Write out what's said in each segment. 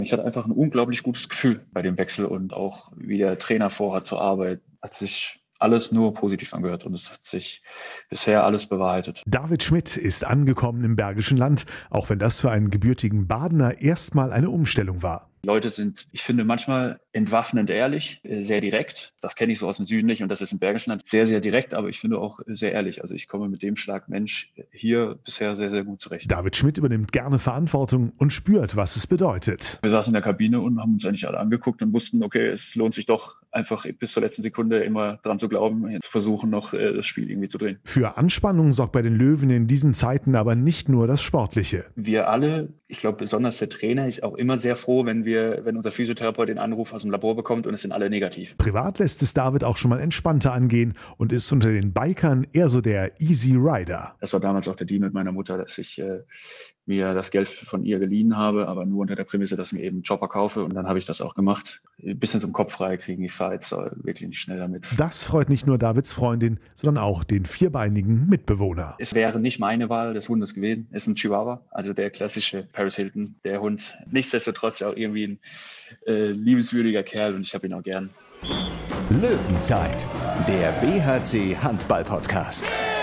ich hatte einfach ein unglaublich gutes Gefühl bei dem Wechsel und auch wie der Trainer vorhat zu arbeiten, hat sich alles nur positiv angehört und es hat sich bisher alles bewahrheitet. David Schmidt ist angekommen im Bergischen Land, auch wenn das für einen gebürtigen Badener erstmal eine Umstellung war. Die Leute sind, ich finde, manchmal entwaffnend ehrlich, sehr direkt. Das kenne ich so aus dem Süden nicht und das ist im Bergischen Land sehr, sehr direkt, aber ich finde auch sehr ehrlich. Also ich komme mit dem Schlag Mensch hier bisher sehr, sehr gut zurecht. David Schmidt übernimmt gerne Verantwortung und spürt, was es bedeutet. Wir saßen in der Kabine und haben uns eigentlich alle angeguckt und wussten, okay, es lohnt sich doch einfach bis zur letzten Sekunde immer dran zu glauben, zu versuchen, noch das Spiel irgendwie zu drehen. Für Anspannung sorgt bei den Löwen in diesen Zeiten aber nicht nur das Sportliche. Wir alle, ich glaube besonders der Trainer, ist auch immer sehr froh, wenn unser Physiotherapeut den Anruf aus dem Labor bekommt und es sind alle negativ. Privat lässt es David auch schon mal entspannter angehen und ist unter den Bikern eher so der Easy Rider. Das war damals auch der Deal mit meiner Mutter, dass ich mir das Geld von ihr geliehen habe, aber nur unter der Prämisse, dass ich mir eben einen Chopper kaufe und dann habe ich das auch gemacht. Ein bisschen zum Kopf frei kriegen, ich fahre jetzt wirklich nicht schnell damit. Das freut nicht nur Davids Freundin, sondern auch den vierbeinigen Mitbewohner. Es wäre nicht meine Wahl des Hundes gewesen. Es ist ein Chihuahua, also der klassische Paris Hilton, der Hund. Nichtsdestotrotz auch irgendwie ein liebenswürdiger Kerl und ich habe ihn auch gern. Löwenzeit, der BHC Handball-Podcast.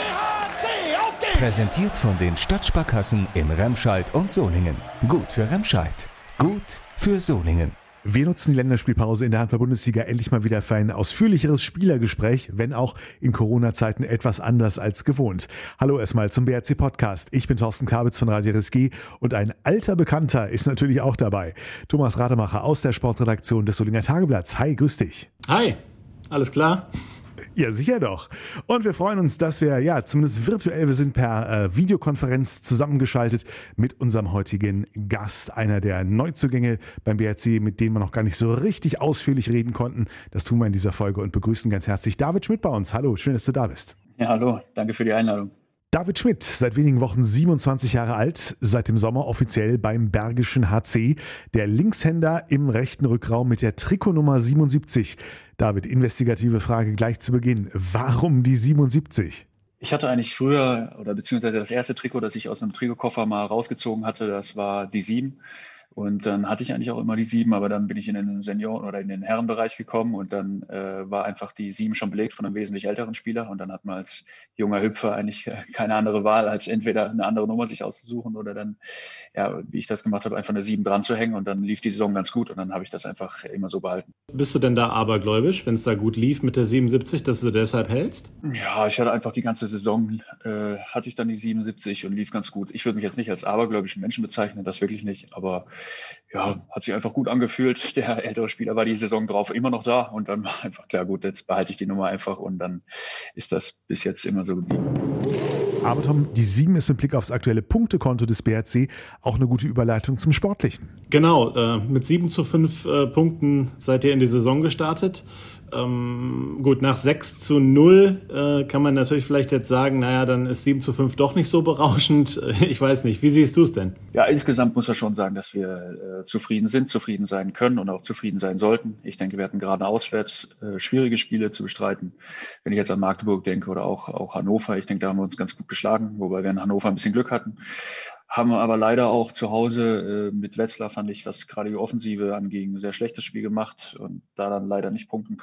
Präsentiert von den Stadtsparkassen in Remscheid und Solingen. Gut für Remscheid, gut für Solingen. Wir nutzen die Länderspielpause in der Handball-Bundesliga endlich mal wieder für ein ausführlicheres Spielergespräch, wenn auch in Corona-Zeiten etwas anders als gewohnt. Hallo erstmal zum BRC-Podcast. Ich bin Thorsten Kabitz von Radio RSG und ein alter Bekannter ist natürlich auch dabei. Thomas Rademacher aus der Sportredaktion des Solinger Tageblatts. Hi, grüß dich. Hi, alles klar? Ja, sicher doch. Und wir freuen uns, dass wir zumindest virtuell, wir sind per Videokonferenz zusammengeschaltet mit unserem heutigen Gast, einer der Neuzugänge beim BRC, mit denen wir noch gar nicht so richtig ausführlich reden konnten. Das tun wir in dieser Folge und begrüßen ganz herzlich David Schmidt bei uns. Hallo, schön, dass du da bist. Ja, hallo, danke für die Einladung. David Schmidt, seit wenigen Wochen 27 Jahre alt, seit dem Sommer offiziell beim Bergischen HC, der Linkshänder im rechten Rückraum mit der Trikotnummer 77. David, investigative Frage gleich zu Beginn. Warum die 77? Ich hatte eigentlich früher, oder beziehungsweise das erste Trikot, das ich aus einem Trikotkoffer mal rausgezogen hatte, das war die 7. Und dann hatte ich eigentlich auch immer die 7, aber dann bin ich in den Senioren- oder in den Herrenbereich gekommen und dann war einfach die 7 schon belegt von einem wesentlich älteren Spieler und dann hat man als junger Hüpfer eigentlich keine andere Wahl, als entweder eine andere Nummer sich auszusuchen oder dann, ja, wie ich das gemacht habe, einfach eine 7 dran zu hängen und dann lief die Saison ganz gut und dann habe ich das einfach immer so behalten. Bist du denn da abergläubisch, wenn es da gut lief mit der 77, dass du deshalb hältst? Ja, ich hatte einfach die ganze Saison, hatte ich dann die 77 und lief ganz gut. Ich würde mich jetzt nicht als abergläubischen Menschen bezeichnen, das wirklich nicht, aber ja, hat sich einfach gut angefühlt. Der ältere Spieler war die Saison drauf immer noch da und dann war einfach klar, gut, jetzt behalte ich die Nummer einfach und dann ist das bis jetzt immer so geblieben. Aber Tom, die 7 ist mit Blick aufs aktuelle Punktekonto des BRC auch eine gute Überleitung zum Sportlichen. Genau, mit 7-5 Punkten seid ihr in die Saison gestartet. Gut, nach 6-0 kann man natürlich vielleicht jetzt sagen, naja, dann ist 7-5 doch nicht so berauschend. Ich weiß nicht, wie siehst du es denn? Ja, insgesamt muss man schon sagen, dass wir zufrieden sind, zufrieden sein können und auch zufrieden sein sollten. Ich denke, wir hatten gerade auswärts schwierige Spiele zu bestreiten. Wenn ich jetzt an Magdeburg denke oder auch Hannover, ich denke, da haben wir uns ganz gut geschlagen, wobei wir in Hannover ein bisschen Glück hatten. Haben aber leider auch zu Hause mit Wetzlar, fand ich, was gerade die Offensive anging, ein sehr schlechtes Spiel gemacht und da dann leider nicht punkten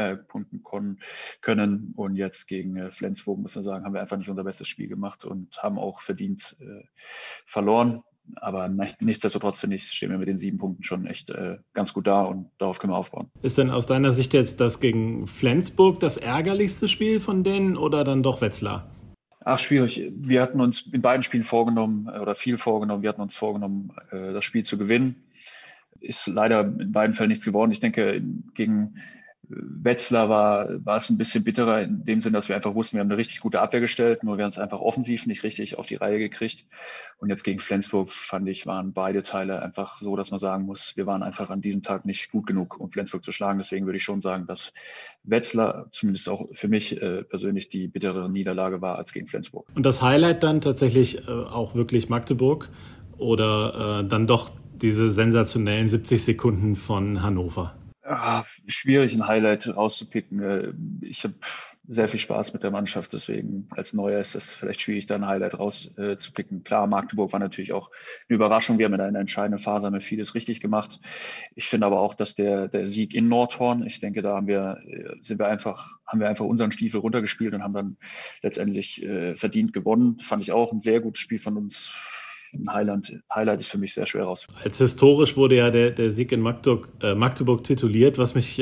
können. Und jetzt gegen Flensburg, muss man sagen, haben wir einfach nicht unser bestes Spiel gemacht und haben auch verdient verloren. Aber nichtsdestotrotz, finde ich, stehen wir mit den 7 Punkten schon echt ganz gut da und darauf können wir aufbauen. Ist denn aus deiner Sicht jetzt das gegen Flensburg das ärgerlichste Spiel von denen oder dann doch Wetzlar? Ach, schwierig. Wir hatten uns in beiden Spielen viel vorgenommen. Wir hatten uns vorgenommen, das Spiel zu gewinnen. Ist leider in beiden Fällen nichts geworden. Ich denke, gegen Wetzlar war es ein bisschen bitterer in dem Sinn, dass wir einfach wussten, wir haben eine richtig gute Abwehr gestellt, nur wir haben es einfach offensiv nicht richtig auf die Reihe gekriegt. Und jetzt gegen Flensburg, fand ich, waren beide Teile einfach so, dass man sagen muss, wir waren einfach an diesem Tag nicht gut genug, um Flensburg zu schlagen. Deswegen würde ich schon sagen, dass Wetzlar zumindest auch für mich persönlich die bittere Niederlage war als gegen Flensburg. Und das Highlight dann tatsächlich auch wirklich Magdeburg oder dann doch diese sensationellen 70 Sekunden von Hannover? Schwierig, ein Highlight rauszupicken. Ich habe sehr viel Spaß mit der Mannschaft. Deswegen als Neuer ist das vielleicht schwierig, da ein Highlight rauszupicken. Klar, Magdeburg war natürlich auch eine Überraschung. Wir haben in einer entscheidenden Phase vieles richtig gemacht. Ich finde aber auch, dass der Sieg in Nordhorn, ich denke, da haben wir einfach unseren Stiefel runtergespielt und haben dann letztendlich verdient gewonnen. Fand ich auch ein sehr gutes Spiel von uns. Ein Highlight ist für mich sehr schwer raus. Als historisch wurde ja der Sieg in Magdeburg tituliert, was mich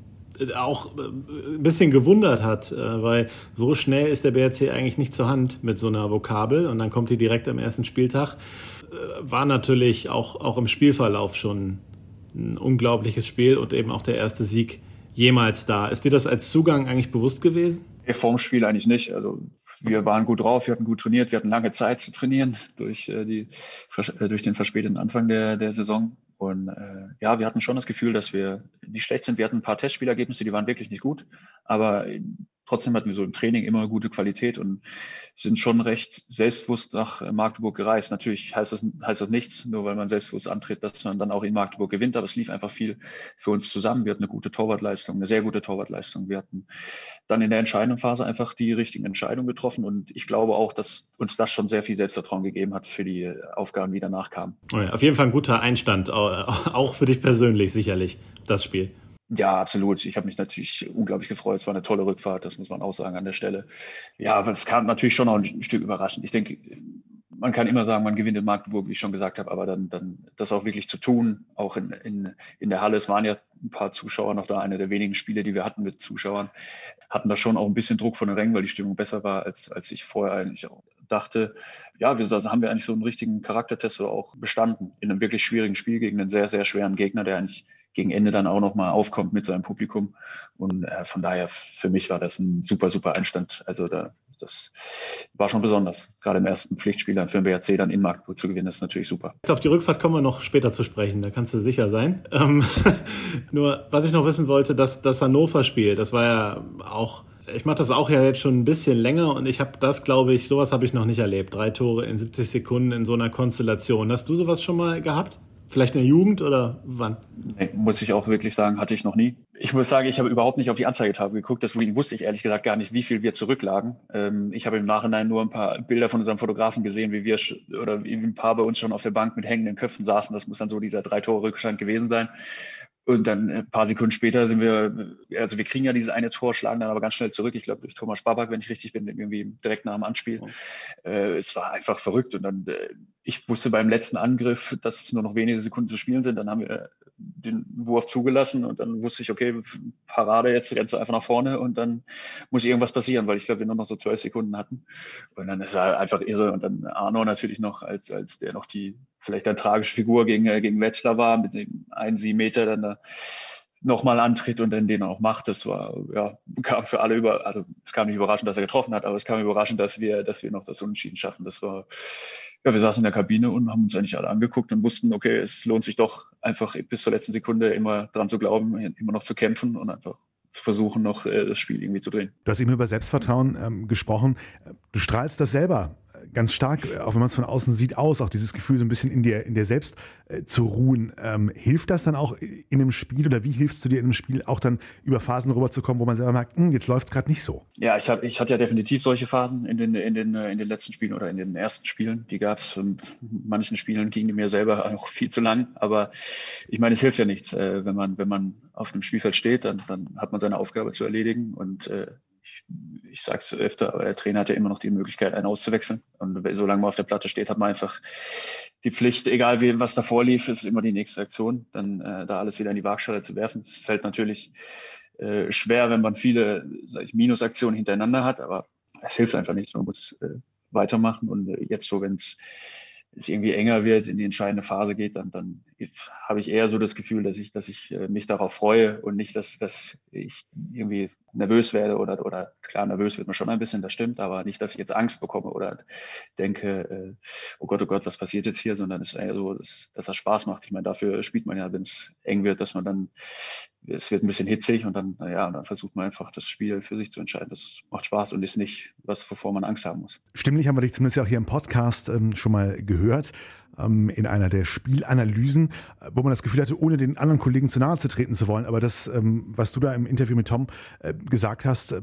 auch ein bisschen gewundert hat, weil so schnell ist der BRC eigentlich nicht zur Hand mit so einer Vokabel und dann kommt die direkt am ersten Spieltag. War natürlich auch im Spielverlauf schon ein unglaubliches Spiel und eben auch der erste Sieg jemals da. Ist dir das als Zugang eigentlich bewusst gewesen? Vorm Spiel eigentlich nicht. Also wir waren gut drauf, wir hatten gut trainiert, wir hatten lange Zeit zu trainieren durch den verspäteten Anfang der Saison. Und wir hatten schon das Gefühl, dass wir nicht schlecht sind. Wir hatten ein paar Testspielergebnisse, die waren wirklich nicht gut, aber trotzdem hatten wir so im Training immer gute Qualität und sind schon recht selbstbewusst nach Magdeburg gereist. Natürlich heißt das nichts, nur weil man selbstbewusst antritt, dass man dann auch in Magdeburg gewinnt, aber es lief einfach viel für uns zusammen. Wir hatten eine gute Torwartleistung, eine sehr gute Torwartleistung. Wir hatten dann in der entscheidenden Phase einfach die richtigen Entscheidungen getroffen und ich glaube auch, dass uns das schon sehr viel Selbstvertrauen gegeben hat für die Aufgaben, die danach kamen. Oh ja, auf jeden Fall ein guter Einstand, auch für dich persönlich sicherlich, das Spiel. Ja, absolut. Ich habe mich natürlich unglaublich gefreut. Es war eine tolle Rückfahrt, das muss man auch sagen an der Stelle. Ja, aber es kam natürlich schon noch ein Stück überraschend. Ich denke, man kann immer sagen, man gewinnt in Magdeburg, wie ich schon gesagt habe, aber dann das auch wirklich zu tun, auch in der Halle. Es waren ja ein paar Zuschauer noch da, eine der wenigen Spiele, die wir hatten mit Zuschauern, hatten da schon auch ein bisschen Druck von den Rängen, weil die Stimmung besser war, als ich vorher eigentlich auch dachte. Ja, haben wir eigentlich so einen richtigen Charaktertest auch bestanden in einem wirklich schwierigen Spiel gegen einen sehr, sehr schweren Gegner, der eigentlich gegen Ende dann auch nochmal aufkommt mit seinem Publikum. Und von daher, für mich war das ein super, super Einstand. Also das war schon besonders. Gerade im ersten Pflichtspiel dann für den BRC dann in Magdeburg zu gewinnen, ist natürlich super. Auf die Rückfahrt kommen wir noch später zu sprechen, da kannst du sicher sein. Nur, was ich noch wissen wollte, das Hannover-Spiel, das war ja auch, ich mache das auch ja jetzt schon ein bisschen länger und ich habe das, glaube ich, sowas habe ich noch nicht erlebt. 3 Tore in 70 Sekunden in so einer Konstellation. Hast du sowas schon mal gehabt? Vielleicht in der Jugend oder wann? Nee, muss ich auch wirklich sagen, hatte ich noch nie. Ich muss sagen, ich habe überhaupt nicht auf die Anzeigetafel geguckt. Deswegen wusste ich ehrlich gesagt gar nicht, wie viel wir zurücklagen. Ich habe im Nachhinein nur ein paar Bilder von unserem Fotografen gesehen, wie ein paar bei uns schon auf der Bank mit hängenden Köpfen saßen. Das muss dann so dieser 3-Tore-Rückstand gewesen sein. Und dann ein paar Sekunden später wir kriegen ja dieses eine Tor, schlagen dann aber ganz schnell zurück. Ich glaube, durch Thomas Babak, wenn ich richtig bin, irgendwie direkt nach dem Anspiel. Es war einfach verrückt. Und dann, ich wusste beim letzten Angriff, dass es nur noch wenige Sekunden zu spielen sind. Dann haben wir den Wurf zugelassen und dann wusste ich, okay, Parade, jetzt rennst du einfach nach vorne und dann muss irgendwas passieren, weil ich glaube, wir nur noch so 12 Sekunden hatten. Und dann ist er einfach irre. Und dann Arno natürlich noch, als der noch vielleicht eine tragische Figur gegen Wetzlar war, mit dem 1,7 Meter dann da nochmal antritt und dann den auch macht. Das war, kam für alle es kam nicht überraschend, dass er getroffen hat, aber es kam überraschend, dass wir noch das Unentschieden schaffen. Das war, wir saßen in der Kabine und haben uns eigentlich alle angeguckt und wussten, okay, es lohnt sich doch einfach bis zur letzten Sekunde immer dran zu glauben, immer noch zu kämpfen und einfach zu versuchen, noch das Spiel irgendwie zu drehen. Du hast eben über Selbstvertrauen gesprochen. Du strahlst das selber ganz stark, auch wenn man es von außen sieht, aus, auch dieses Gefühl, so ein bisschen in dir selbst zu ruhen. Hilft das dann auch in einem Spiel oder wie hilfst du dir in einem Spiel auch dann über Phasen rüberzukommen, wo man selber merkt, jetzt läuft es gerade nicht so? Ja, ich hatte ja definitiv solche Phasen in den letzten Spielen oder in den ersten Spielen. Die gab es. In manchen Spielen gingen die mir selber auch viel zu lang. Aber ich meine, es hilft ja nichts. Wenn man auf dem Spielfeld steht, dann hat man seine Aufgabe zu erledigen und ich sage es öfter, aber der Trainer hat ja immer noch die Möglichkeit, einen auszuwechseln. Und solange man auf der Platte steht, hat man einfach die Pflicht, egal was davor lief, ist immer die nächste Aktion, dann da alles wieder in die Waagschale zu werfen. Es fällt natürlich schwer, wenn man viele Minusaktionen hintereinander hat, aber es hilft einfach nichts. Man muss weitermachen und jetzt so, wenn es irgendwie enger wird, in die entscheidende Phase geht, dann habe ich eher so das Gefühl, dass ich mich darauf freue und nicht, dass ich irgendwie nervös werde oder klar, nervös wird man schon ein bisschen, das stimmt, aber nicht, dass ich jetzt Angst bekomme oder denke, oh Gott, was passiert jetzt hier, sondern es ist eher so, dass das Spaß macht. Ich meine, dafür spielt man ja, wenn es eng wird, dass man dann, es wird ein bisschen hitzig und dann, dann versucht man einfach das Spiel für sich zu entscheiden. Das macht Spaß und ist nicht was, wovor man Angst haben muss. Stimmlich haben wir dich zumindest ja auch hier im Podcast schon mal gehört, in einer der Spielanalysen, wo man das Gefühl hatte, ohne den anderen Kollegen zu nahe zu treten zu wollen. Aber das, was du da im Interview mit Tom gesagt hast,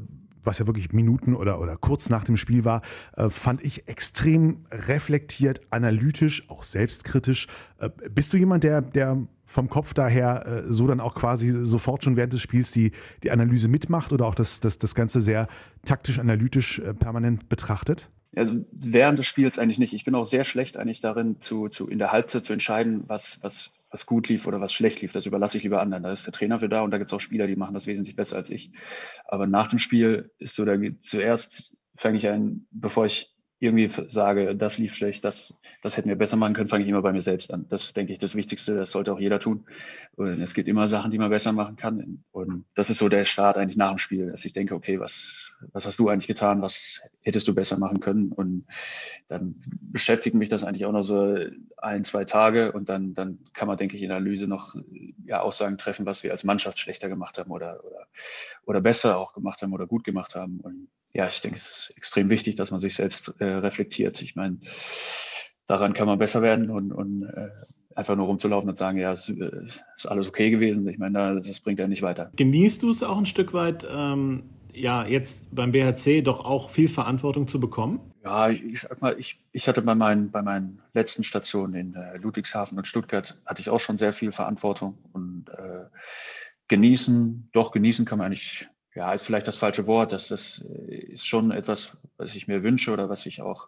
was ja wirklich Minuten oder kurz nach dem Spiel war, fand ich extrem reflektiert, analytisch, auch selbstkritisch. Bist du jemand, der vom Kopf daher so dann auch quasi sofort schon während des Spiels die Analyse mitmacht oder auch das Ganze sehr taktisch-analytisch permanent betrachtet? Also während des Spiels eigentlich nicht. Ich bin auch sehr schlecht eigentlich darin, in der Halbzeit zu entscheiden, was gut lief oder was schlecht lief. Das überlasse ich lieber anderen. Da ist der Trainer für da und da gibt es auch Spieler, die machen das wesentlich besser als ich. Aber nach dem Spiel ist so, zuerst fange ich an, bevor ich irgendwie sage, das lief schlecht, das hätten wir besser machen können, fange ich immer bei mir selbst an. Das ist, denke ich, das Wichtigste, das sollte auch jeder tun. Und es gibt immer Sachen, die man besser machen kann. Und das ist so der Start eigentlich nach dem Spiel, dass ich denke, okay, was hast du eigentlich getan, was hättest du besser machen können? Und dann beschäftigt mich das eigentlich auch noch so 1-2 Tage und dann kann man, denke ich, in der Analyse noch Aussagen treffen, was wir als Mannschaft schlechter gemacht haben oder besser auch gemacht haben oder gut gemacht haben. Und ja, ich denke, es ist extrem wichtig, dass man sich selbst reflektiert. Ich meine, daran kann man besser werden und einfach nur rumzulaufen und sagen, ja, es ist alles okay gewesen. Ich meine, das bringt ja nicht weiter. Genießt du es auch ein Stück weit, jetzt beim BHC doch auch viel Verantwortung zu bekommen? Ja, ich sag mal, ich hatte bei meinen letzten Stationen in Ludwigshafen und Stuttgart hatte ich auch schon sehr viel Verantwortung und genießen kann man eigentlich, ja, ist vielleicht das falsche Wort. Das ist schon etwas, was ich mir wünsche oder was ich auch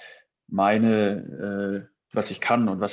meine, was ich kann und was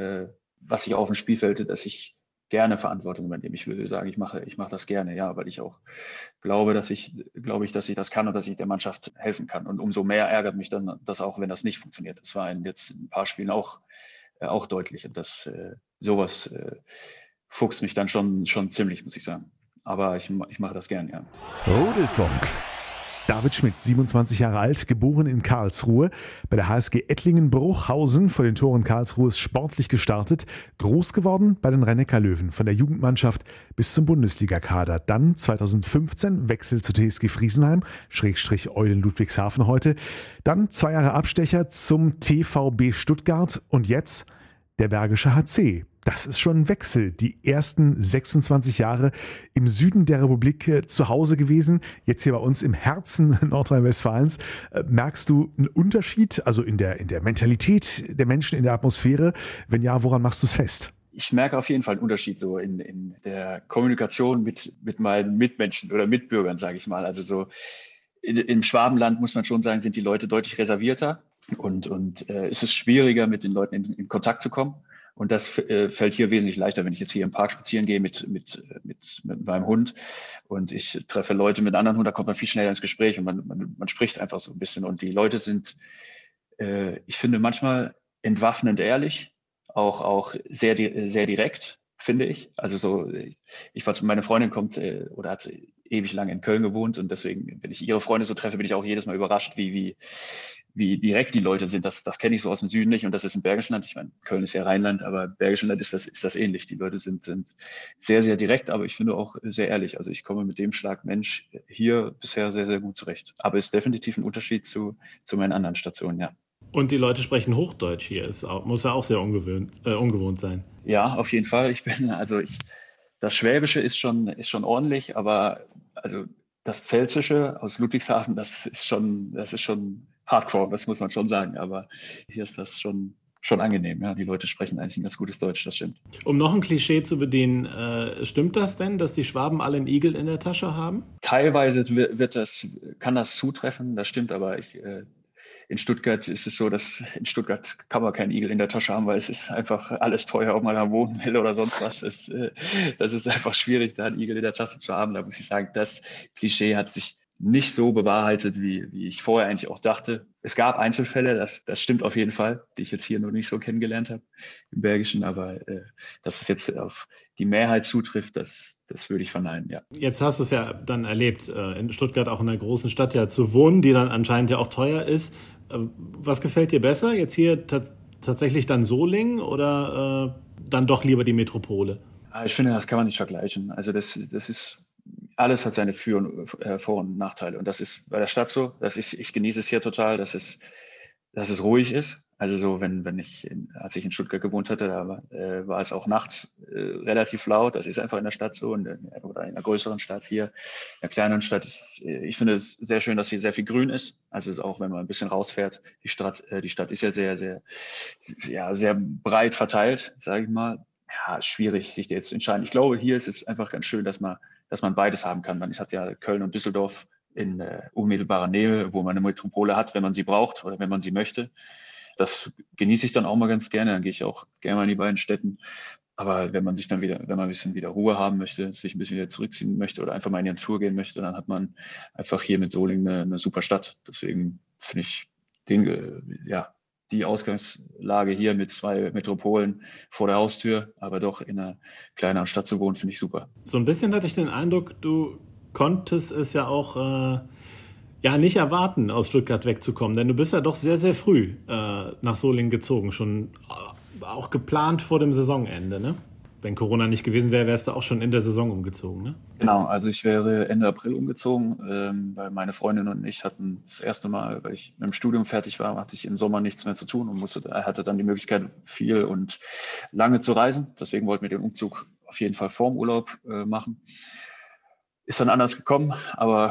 ich auf dem Spielfeld, dass ich gerne Verantwortung übernehme. Ich würde sagen, ich mache das gerne, ja, weil ich auch glaube, dass ich das kann und dass ich der Mannschaft helfen kann. Und umso mehr ärgert mich dann das auch, wenn das nicht funktioniert. Das war jetzt in ein paar Spielen auch deutlich. Und sowas fuchst mich dann schon ziemlich, muss ich sagen. Aber ich mache das gern, ja. Rudelfunk. David Schmidt, 27 Jahre alt, geboren in Karlsruhe, bei der HSG Ettlingen-Bruchhausen vor den Toren Karlsruhes sportlich gestartet, groß geworden bei den Rhein-Neckar-Löwen, von der Jugendmannschaft bis zum Bundesligakader. Dann 2015 Wechsel zu TSG Friesenheim, / Eulen Ludwigshafen heute. Dann 2 Jahre Abstecher zum TVB Stuttgart und jetzt der Bergische HC. Das ist schon ein Wechsel. Die ersten 26 Jahre im Süden der Republik zu Hause gewesen, jetzt hier bei uns im Herzen Nordrhein-Westfalens. Merkst du einen Unterschied, also in der Mentalität der Menschen, in der Atmosphäre? Wenn ja, woran machst du es fest? Ich merke auf jeden Fall einen Unterschied so in der Kommunikation mit meinen Mitmenschen oder Mitbürgern, sage ich mal. Also so im Schwabenland muss man schon sagen, sind die Leute deutlich reservierter und ist es schwieriger, mit den Leuten in Kontakt zu kommen. Und das fällt hier wesentlich leichter, wenn ich jetzt hier im Park spazieren gehe mit meinem Hund und ich treffe Leute mit anderen Hunden, da kommt man viel schneller ins Gespräch und man spricht einfach so ein bisschen. Und die Leute sind, ich finde, manchmal entwaffnend ehrlich, auch sehr, sehr direkt, finde ich. Also so, meine Freundin kommt oder hat ewig lang in Köln gewohnt und deswegen, wenn ich ihre Freunde so treffe, bin ich auch jedes Mal überrascht, wie direkt die Leute sind. Das kenne ich so aus dem Süden nicht und das ist im Bergischen Land. Ich meine, Köln ist ja Rheinland, aber im Bergischen Land ist das ähnlich. Die Leute sind sehr, sehr direkt, aber ich finde auch sehr ehrlich. Also ich komme mit dem Schlag Mensch hier bisher sehr, sehr gut zurecht. Aber es ist definitiv ein Unterschied zu meinen anderen Stationen, ja. Und die Leute sprechen Hochdeutsch hier. Muss ja auch sehr ungewohnt sein. Ja, auf jeden Fall. Das Schwäbische ist schon ordentlich, aber also das Pfälzische aus Ludwigshafen, das ist schon Hardcore, das muss man schon sagen. Aber hier ist das schon angenehm. Ja, die Leute sprechen eigentlich ein ganz gutes Deutsch, das stimmt. Um noch ein Klischee zu bedienen, stimmt das denn, dass die Schwaben alle einen Igel in der Tasche haben? Teilweise kann das zutreffen, das stimmt, aber in Stuttgart ist es so, dass in Stuttgart kann man keinen Igel in der Tasche haben, weil es ist einfach alles teuer, ob man da wohnen will oder sonst was. Das ist einfach schwierig, da einen Igel in der Tasche zu haben. Da muss ich sagen, das Klischee hat sich nicht so bewahrheitet, wie ich vorher eigentlich auch dachte. Es gab Einzelfälle, das stimmt auf jeden Fall, die ich jetzt hier noch nicht so kennengelernt habe im Bergischen, aber dass es jetzt auf die Mehrheit zutrifft, das würde ich verneinen, ja. Jetzt hast du es ja dann erlebt, in Stuttgart, auch in einer großen Stadt ja zu wohnen, die dann anscheinend ja auch teuer ist. Was gefällt dir besser? Jetzt hier tatsächlich dann Solingen oder dann doch lieber die Metropole? Ich finde, das kann man nicht vergleichen. Also das ist, alles hat seine Vor- und Nachteile. Und das ist bei der Stadt so. Ich genieße es hier total, dass es ruhig ist. Also so, als ich in Stuttgart gewohnt hatte, da war es auch nachts relativ laut. Das ist einfach in der Stadt so oder in einer größeren Stadt hier, in einer kleineren Stadt. Ich finde es sehr schön, dass hier sehr viel Grün ist. Also auch wenn man ein bisschen rausfährt, die Stadt ist ja sehr, sehr, ja, sehr breit verteilt, sage ich mal. Ja, schwierig, sich jetzt zu entscheiden. Ich glaube, hier ist es einfach ganz schön, dass man beides haben kann. Man hat ja Köln und Düsseldorf in unmittelbarer Nähe, wo man eine Metropole hat, wenn man sie braucht oder wenn man sie möchte. Das genieße ich dann auch mal ganz gerne. Dann gehe ich auch gerne mal in die beiden Städten. Aber wenn man ein bisschen wieder Ruhe haben möchte, sich ein bisschen wieder zurückziehen möchte oder einfach mal in die Natur gehen möchte, dann hat man einfach hier mit Solingen eine super Stadt. Deswegen finde ich die Ausgangslage hier mit 2 Metropolen vor der Haustür, aber doch in einer kleineren Stadt zu wohnen, finde ich super. So ein bisschen hatte ich den Eindruck, du konntest es ja auch nicht erwarten, aus Stuttgart wegzukommen, denn du bist ja doch sehr, sehr früh nach Solingen gezogen, schon auch geplant vor dem Saisonende, ne? Wenn Corona nicht gewesen wäre, wärst du auch schon in der Saison umgezogen, ne? Genau, also ich wäre Ende April umgezogen, weil meine Freundin und ich hatten das erste Mal, weil ich mit dem Studium fertig war, hatte ich im Sommer nichts mehr zu tun und hatte dann die Möglichkeit, viel und lange zu reisen. Deswegen wollten wir den Umzug auf jeden Fall vorm Urlaub machen. Ist dann anders gekommen, aber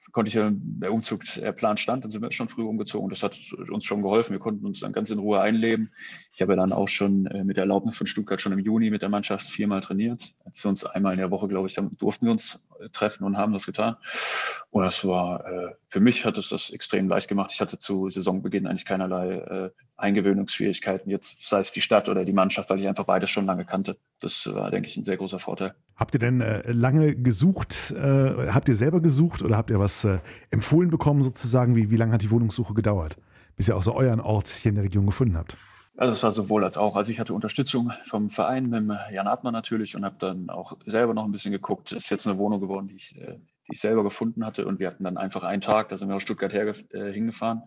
der Umzug, der Plan stand, dann sind wir schon früh umgezogen. Das hat uns schon geholfen. Wir konnten uns dann ganz in Ruhe einleben. Ich habe ja dann auch schon mit der Erlaubnis von Stuttgart schon im Juni mit der Mannschaft 4-mal trainiert. Als wir uns einmal in der Woche, glaube ich, durften wir uns treffen und haben das getan. Und das war, für mich hat es das extrem leicht gemacht. Ich hatte zu Saisonbeginn eigentlich keinerlei Eingewöhnungsschwierigkeiten, jetzt sei es die Stadt oder die Mannschaft, weil ich einfach beides schon lange kannte. Das war, denke ich, ein sehr großer Vorteil. Habt ihr denn lange gesucht? Habt ihr selber gesucht oder habt ihr was empfohlen bekommen sozusagen? Wie lange hat die Wohnungssuche gedauert, bis ihr auch so euren Ort hier in der Region gefunden habt? Also es war sowohl als auch. Also ich hatte Unterstützung vom Verein, mit dem Jan Artmann natürlich und habe dann auch selber noch ein bisschen geguckt. Es ist jetzt eine Wohnung geworden, die ich selber gefunden hatte und wir hatten dann einfach einen Tag, da sind wir aus Stuttgart hingefahren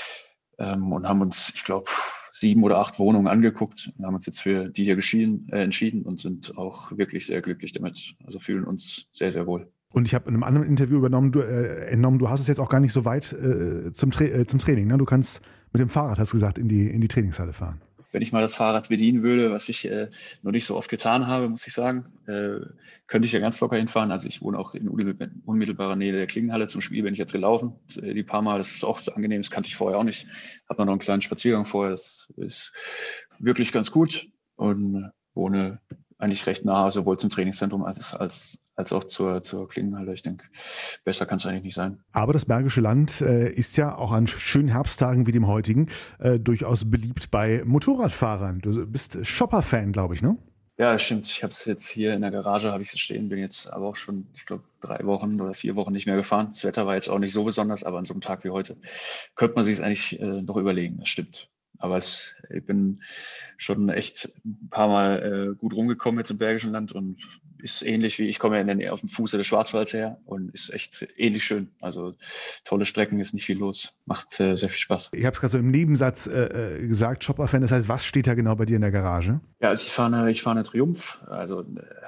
und haben uns, ich glaube, 7 oder 8 Wohnungen angeguckt und haben uns jetzt für die hier entschieden und sind auch wirklich sehr glücklich damit. Also fühlen uns sehr, sehr wohl. Und ich habe in einem anderen Interview entnommen, du hast es jetzt auch gar nicht so weit zum Training. Ne? Du kannst mit dem Fahrrad, hast du gesagt, in die Trainingshalle fahren. Wenn ich mal das Fahrrad bedienen würde, was ich noch nicht so oft getan habe, muss ich sagen, könnte ich ja ganz locker hinfahren. Also ich wohne auch in unmittelbarer Nähe der Klingenhalle. Zum Spiel bin ich jetzt gelaufen, die paar Mal. Das ist auch angenehm, das kannte ich vorher auch nicht. Habe noch einen kleinen Spaziergang vorher. Das ist wirklich ganz gut und wohne eigentlich recht nah, sowohl zum Trainingszentrum als auch zur Klingenhalle. Ich denke, besser kann es eigentlich nicht sein. Aber das Bergische Land ist ja auch an schönen Herbsttagen wie dem heutigen durchaus beliebt bei Motorradfahrern. Du bist Shopper-Fan, glaube ich, ne? Ja, das stimmt. Ich habe es jetzt hier in der Garage, habe ich es stehen, bin jetzt aber auch schon, ich glaube, 3 Wochen oder 4 Wochen nicht mehr gefahren. Das Wetter war jetzt auch nicht so besonders, aber an so einem Tag wie heute könnte man sich es eigentlich noch überlegen. Das stimmt. Aber ich bin schon echt ein paar Mal gut rumgekommen jetzt im Bergischen Land und ist ähnlich wie, ich komme ja auf dem Fuße des Schwarzwalds her und ist echt ähnlich schön. Also tolle Strecken, ist nicht viel los. Macht sehr viel Spaß. Ich habe es gerade so im Nebensatz gesagt, Shopper-Fan. Das heißt, was steht da genau bei dir in der Garage? Ja, also ich fahre eine Triumph, also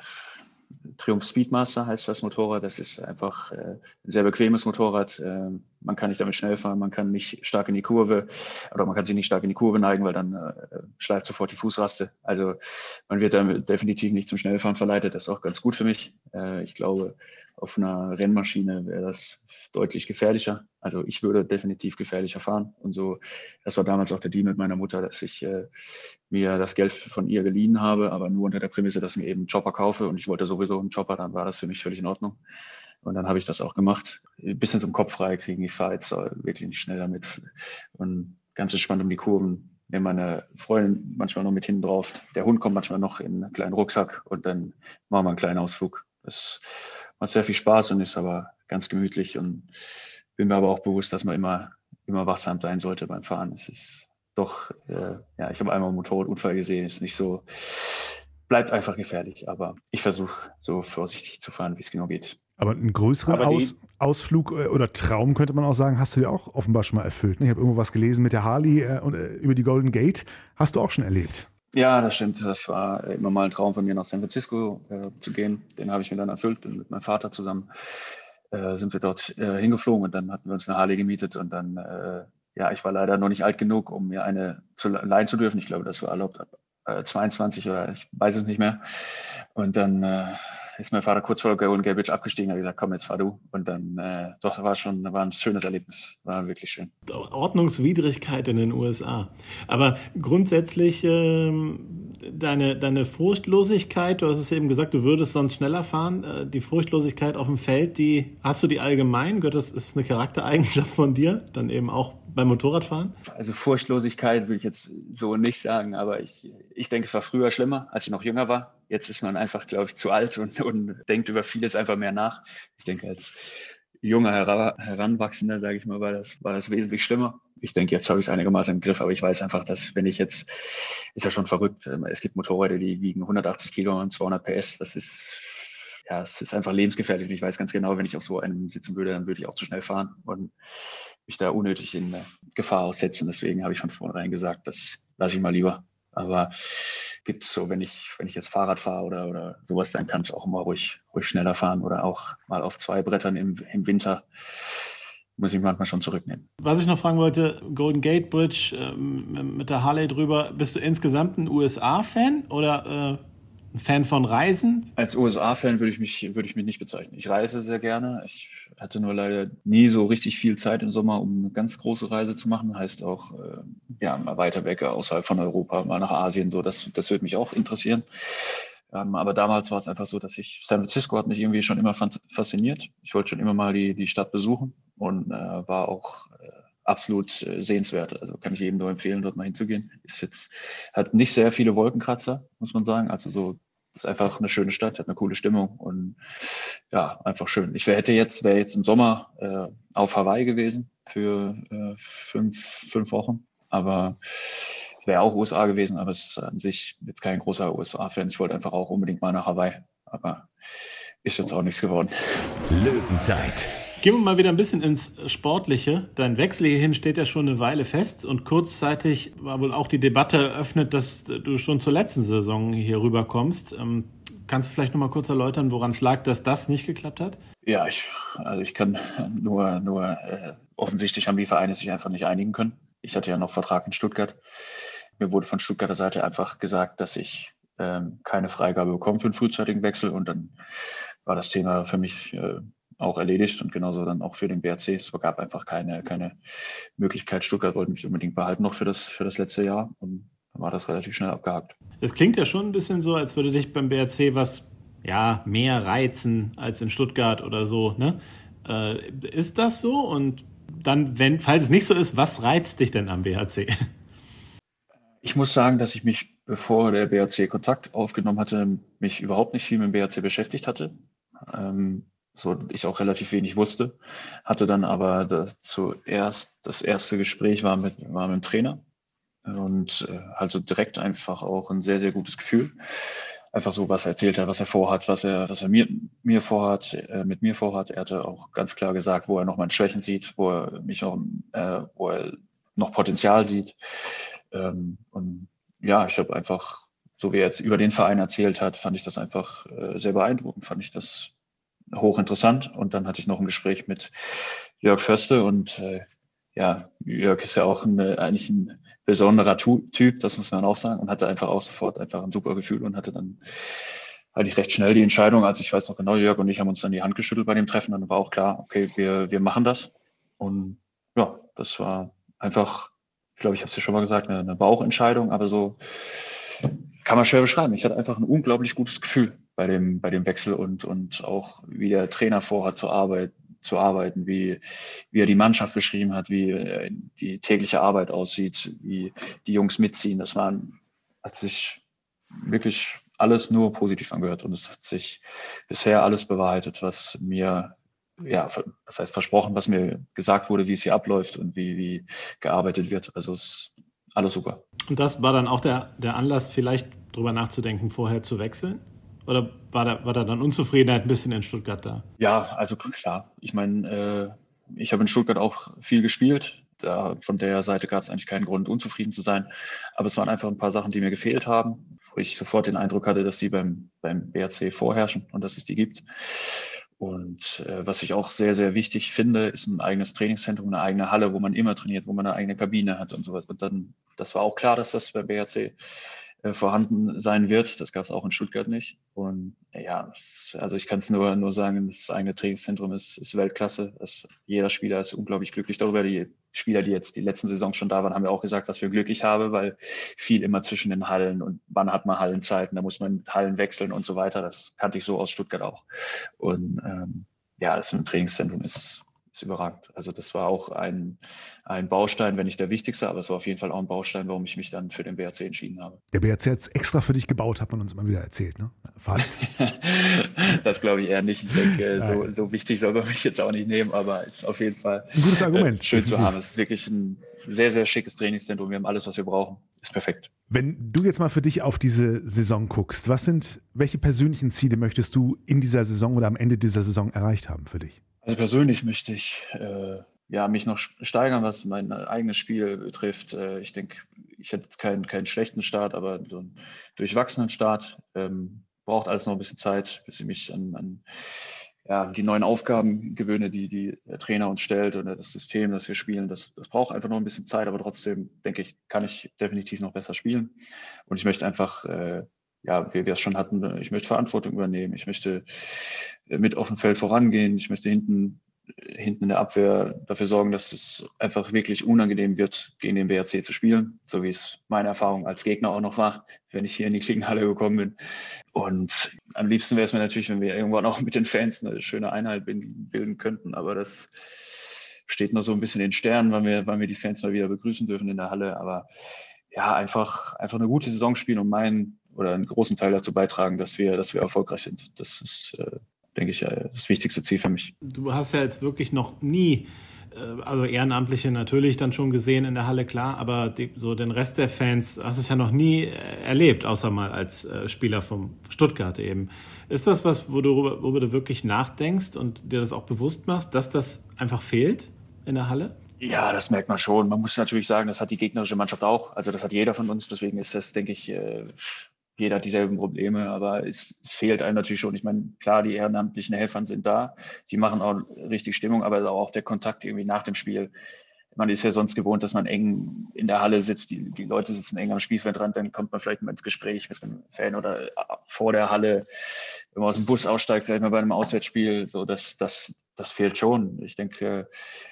Triumph Speedmaster heißt das Motorrad. Das ist einfach ein sehr bequemes Motorrad. Man kann nicht damit schnell fahren, man kann nicht stark in die Kurve oder man kann sich nicht stark in die Kurve neigen, weil dann schleift sofort die Fußraste. Also man wird damit definitiv nicht zum Schnellfahren verleitet. Das ist auch ganz gut für mich. Ich glaube, auf einer Rennmaschine wäre das deutlich gefährlicher. Also ich würde definitiv gefährlicher fahren. Und so, das war damals auch der Deal mit meiner Mutter, dass ich mir das Geld von ihr geliehen habe, aber nur unter der Prämisse, dass ich mir eben einen Chopper kaufe. Und ich wollte sowieso einen Chopper, dann war das für mich völlig in Ordnung. Und dann habe ich das auch gemacht. Ein bisschen zum Kopf frei kriegen. Ich fahre jetzt wirklich nicht schnell damit. Und ganz entspannt um die Kurven. Nehme meine Freundin manchmal noch mit hinten drauf. Der Hund kommt manchmal noch in einen kleinen Rucksack und dann machen wir einen kleinen Ausflug. Das macht sehr viel Spaß und ist aber ganz gemütlich und bin mir aber auch bewusst, dass man immer wachsam sein sollte beim Fahren. Es ist doch, ich habe einmal einen Motorradunfall gesehen, ist nicht so, bleibt einfach gefährlich, aber ich versuche so vorsichtig zu fahren, wie es genau geht. Aber einen größeren Ausflug oder Traum, könnte man auch sagen, hast du ja auch offenbar schon mal erfüllt. Ich habe irgendwo was gelesen mit der Harley und über die Golden Gate. Hast du auch schon erlebt? Ja, das stimmt. Das war immer mal ein Traum von mir, nach San Francisco zu gehen. Den habe ich mir dann erfüllt. Und mit meinem Vater zusammen sind wir dort hingeflogen und dann hatten wir uns eine Harley gemietet und dann ich war leider noch nicht alt genug, um mir eine leihen zu dürfen. Ich glaube, das war erlaubt ab 22 oder ich weiß es nicht mehr. Und dann ist mein Vater kurz vor Golden Gate Bridge abgestiegen, hat gesagt, komm, jetzt fahr du. Und dann, war ein schönes Erlebnis, war wirklich schön. Ordnungswidrigkeit in den USA. Aber grundsätzlich deine Furchtlosigkeit, du hast es eben gesagt, du würdest sonst schneller fahren, die Furchtlosigkeit auf dem Feld, hast du die allgemein? Ist es eine Charaktereigenschaft von dir, dann eben auch beim Motorradfahren? Also Furchtlosigkeit will ich jetzt so nicht sagen, aber ich denke, es war früher schlimmer, als ich noch jünger war. Jetzt ist man einfach, glaube ich, zu alt und denkt über vieles einfach mehr nach. Ich denke, als junger Heranwachsender, sage ich mal, war das wesentlich schlimmer. Ich denke, jetzt habe ich es einigermaßen im Griff, aber ich weiß einfach, dass wenn ich jetzt, ist ja schon verrückt, es gibt Motorräder, die wiegen 180 Kilo und 200 PS, es ist einfach lebensgefährlich und ich weiß ganz genau, wenn ich auf so einem sitzen würde, dann würde ich auch zu schnell fahren und mich da unnötig in Gefahr aussetzen. Deswegen habe ich von vornherein gesagt, das lasse ich mal lieber. Aber gibt es so, wenn ich jetzt Fahrrad fahre oder sowas, dann kann es auch immer ruhig schneller fahren oder auch mal auf 2 Brettern im Winter muss ich manchmal schon zurücknehmen. Was ich noch fragen wollte, Golden Gate Bridge mit der Harley drüber, bist du insgesamt ein USA-Fan oder ein Fan von Reisen? Als USA-Fan würde ich mich nicht bezeichnen. Ich reise sehr gerne. Ich hatte nur leider nie so richtig viel Zeit im Sommer, um eine ganz große Reise zu machen. Heißt auch, mal weiter weg, außerhalb von Europa, mal nach Asien. So, das würde mich auch interessieren. Aber damals war es einfach so, dass San Francisco hat mich irgendwie schon immer fasziniert. Ich wollte schon immer mal die Stadt besuchen und war auch absolut sehenswert. Also kann ich jedem nur empfehlen, dort mal hinzugehen. Hat nicht sehr viele Wolkenkratzer, muss man sagen. Also so, das ist einfach eine schöne Stadt, hat eine coole Stimmung und ja, einfach schön. Ich wäre jetzt im Sommer auf Hawaii gewesen für 5 Wochen, aber wäre auch USA gewesen, aber es ist an sich jetzt kein großer USA-Fan. Ich wollte einfach auch unbedingt mal nach Hawaii, aber ist jetzt auch nichts geworden. Löwenzeit. Gehen wir mal wieder ein bisschen ins Sportliche. Dein Wechsel hierhin steht ja schon eine Weile fest und kurzzeitig war wohl auch die Debatte eröffnet, dass du schon zur letzten Saison hier rüberkommst. Kannst du vielleicht noch mal kurz erläutern, woran es lag, dass das nicht geklappt hat? Ja, ich kann nur offensichtlich haben die Vereine sich einfach nicht einigen können. Ich hatte ja noch Vertrag in Stuttgart. Mir wurde von Stuttgarter Seite einfach gesagt, dass ich keine Freigabe bekomme für einen frühzeitigen Wechsel und dann war das Thema für mich auch erledigt und genauso dann auch für den BRC. Es gab einfach keine Möglichkeit. Stuttgart wollte mich unbedingt behalten noch für das letzte Jahr und dann war das relativ schnell abgehakt. Es klingt ja schon ein bisschen so, als würde dich beim BRC was mehr reizen als in Stuttgart oder so, ne? Ist das so? Und dann, falls es nicht so ist, was reizt dich denn am BRC? Ich muss sagen, dass ich mich, bevor der BRC Kontakt aufgenommen hatte, mich überhaupt nicht viel mit dem BRC beschäftigt hatte. So ich auch relativ wenig wusste. Hatte dann aber das erste Gespräch war mit dem Trainer und also direkt einfach auch ein sehr, sehr gutes Gefühl. Einfach so, was er erzählt hat, was er vorhat, was er mir vorhat, mit mir vorhat. Er hatte auch ganz klar gesagt, wo er noch meine Schwächen sieht, wo er noch Potenzial sieht. Und ja, ich habe einfach, so wie er jetzt über den Verein erzählt hat, fand ich das einfach sehr beeindruckend, fand ich das hochinteressant. Und dann hatte ich noch ein Gespräch mit Jörg Förste und Jörg ist ja auch eigentlich ein besonderer Typ, das muss man auch sagen, und hatte einfach auch sofort einfach ein super Gefühl und hatte dann eigentlich recht schnell die Entscheidung, also ich weiß noch genau, Jörg und ich haben uns dann die Hand geschüttelt bei dem Treffen, dann war auch klar, okay, wir machen das. Und ja, das war einfach, ich glaube, ich habe es ja schon mal gesagt, eine Bauchentscheidung, aber so kann man schwer beschreiben. Ich hatte einfach ein unglaublich gutes Gefühl bei dem Wechsel und auch wie der Trainer vorhat zu arbeiten, wie er die Mannschaft beschrieben hat, wie die tägliche Arbeit aussieht, wie die Jungs mitziehen. Hat sich wirklich alles nur positiv angehört und es hat sich bisher alles bewahrheitet, was mir, das heißt versprochen, was mir gesagt wurde, wie es hier abläuft und wie gearbeitet wird. Also ist alles super. Und das war dann auch der Anlass, vielleicht drüber nachzudenken, vorher zu wechseln? Oder war da dann Unzufriedenheit ein bisschen in Stuttgart da? Ja, also klar. Ich meine, ich habe in Stuttgart auch viel gespielt. Von der Seite gab es eigentlich keinen Grund, unzufrieden zu sein. Aber es waren einfach ein paar Sachen, die mir gefehlt haben, wo ich sofort den Eindruck hatte, dass die beim BRC vorherrschen und dass es die gibt. Und was ich auch sehr, sehr wichtig finde, ist ein eigenes Trainingszentrum, eine eigene Halle, wo man immer trainiert, wo man eine eigene Kabine hat und sowas. Und dann, das war auch klar, dass das bei BRC vorhanden sein wird. Das gab es auch in Stuttgart nicht. Und ja, also ich kann es nur sagen, das eigene Trainingszentrum ist Weltklasse. Jeder Spieler ist unglaublich glücklich darüber. Die Spieler, die jetzt die letzten Saisons schon da waren, haben ja auch gesagt, was für Glück ich habe, weil viel immer zwischen den Hallen und wann hat man Hallenzeiten, da muss man mit Hallen wechseln und so weiter. Das kannte ich so aus Stuttgart auch. Und ja, das Trainingszentrum ist überragend. Also das war auch ein Baustein, wenn nicht der wichtigste, aber es war auf jeden Fall auch ein Baustein, warum ich mich dann für den BRC entschieden habe. Der BRC hat es extra für dich gebaut, hat man uns immer wieder erzählt, ne? Fast. Das glaube ich eher nicht. Ich denke, so wichtig soll man mich jetzt auch nicht nehmen, aber ist auf jeden Fall ein gutes Argument. Schön definitiv zu haben. Es ist wirklich ein sehr, sehr schickes Trainingszentrum. Wir haben alles, was wir brauchen. Ist perfekt. Wenn du jetzt mal für dich auf diese Saison guckst, welche persönlichen Ziele möchtest du in dieser Saison oder am Ende dieser Saison erreicht haben für dich? Also persönlich möchte ich mich noch steigern, was mein eigenes Spiel betrifft. Ich denke, ich hätte jetzt keinen schlechten Start, aber so einen durchwachsenen Start. Braucht alles noch ein bisschen Zeit, bis ich mich an die neuen Aufgaben gewöhne, die der Trainer uns stellt oder das System, das wir spielen. Das braucht einfach noch ein bisschen Zeit, aber trotzdem, denke ich, kann ich definitiv noch besser spielen. Und ich möchte einfach wie wir es schon hatten, ich möchte Verantwortung übernehmen, ich möchte mit auf dem Feld vorangehen, ich möchte hinten in der Abwehr dafür sorgen, dass es einfach wirklich unangenehm wird, gegen den BRC zu spielen, so wie es meine Erfahrung als Gegner auch noch war, wenn ich hier in die Klingenhalle gekommen bin. Und am liebsten wäre es mir natürlich, wenn wir irgendwann auch mit den Fans eine schöne Einheit bilden könnten, aber das steht noch so ein bisschen in den Sternen, wann wir die Fans mal wieder begrüßen dürfen in der Halle, aber ja, einfach eine gute Saison spielen und einen großen Teil dazu beitragen, dass wir erfolgreich sind. Das ist, denke ich, das wichtigste Ziel für mich. Du hast ja jetzt wirklich noch nie, also Ehrenamtliche natürlich dann schon gesehen in der Halle, klar, aber so den Rest der Fans hast es ja noch nie erlebt, außer mal als Spieler vom Stuttgart eben. Ist das was, worüber du wirklich nachdenkst und dir das auch bewusst machst, dass das einfach fehlt in der Halle? Ja, das merkt man schon. Man muss natürlich sagen, das hat die gegnerische Mannschaft auch. Also das hat jeder von uns. Deswegen ist das, denke ich, jeder hat dieselben Probleme. Aber es fehlt einem natürlich schon. Ich meine, klar, die ehrenamtlichen Helfer sind da. Die machen auch richtig Stimmung. Aber auch der Kontakt irgendwie nach dem Spiel. Man ist ja sonst gewohnt, dass man eng in der Halle sitzt. Die Leute sitzen eng am Spielfeldrand. Dann kommt man vielleicht mal ins Gespräch mit einem Fan oder vor der Halle, wenn man aus dem Bus aussteigt, vielleicht mal bei einem Auswärtsspiel. So, das fehlt schon. Ich denke,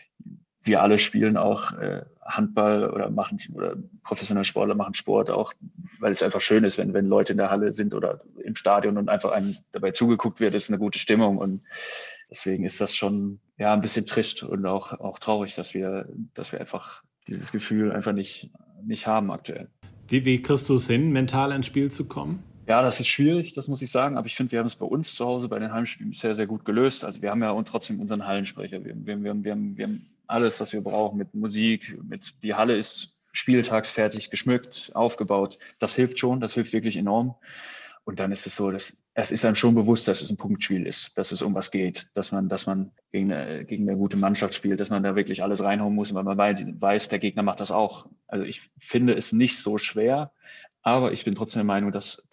wir alle spielen auch Handball oder professionelle Sportler machen Sport auch, weil es einfach schön ist, wenn Leute in der Halle sind oder im Stadion und einfach einem dabei zugeguckt wird, ist eine gute Stimmung. Und deswegen ist das schon ein bisschen trist und auch traurig, dass wir einfach dieses Gefühl einfach nicht haben aktuell. Wie kriegst du es hin, mental ins Spiel zu kommen? Ja, das ist schwierig, das muss ich sagen. Aber ich finde, wir haben es bei uns zu Hause bei den Heimspielen sehr, sehr gut gelöst. Also wir haben ja trotzdem unseren Hallensprecher. Wir haben alles, was wir brauchen mit Musik. Die Halle ist spieltagsfertig geschmückt, aufgebaut. Das hilft schon, das hilft wirklich enorm. Und dann ist es so, es ist einem schon bewusst, dass es ein Punktspiel ist, dass es um was geht, dass man gegen eine gute Mannschaft spielt, dass man da wirklich alles reinhauen muss, weil man weiß, der Gegner macht das auch. Also ich finde es nicht so schwer. Aber ich bin trotzdem der Meinung, dass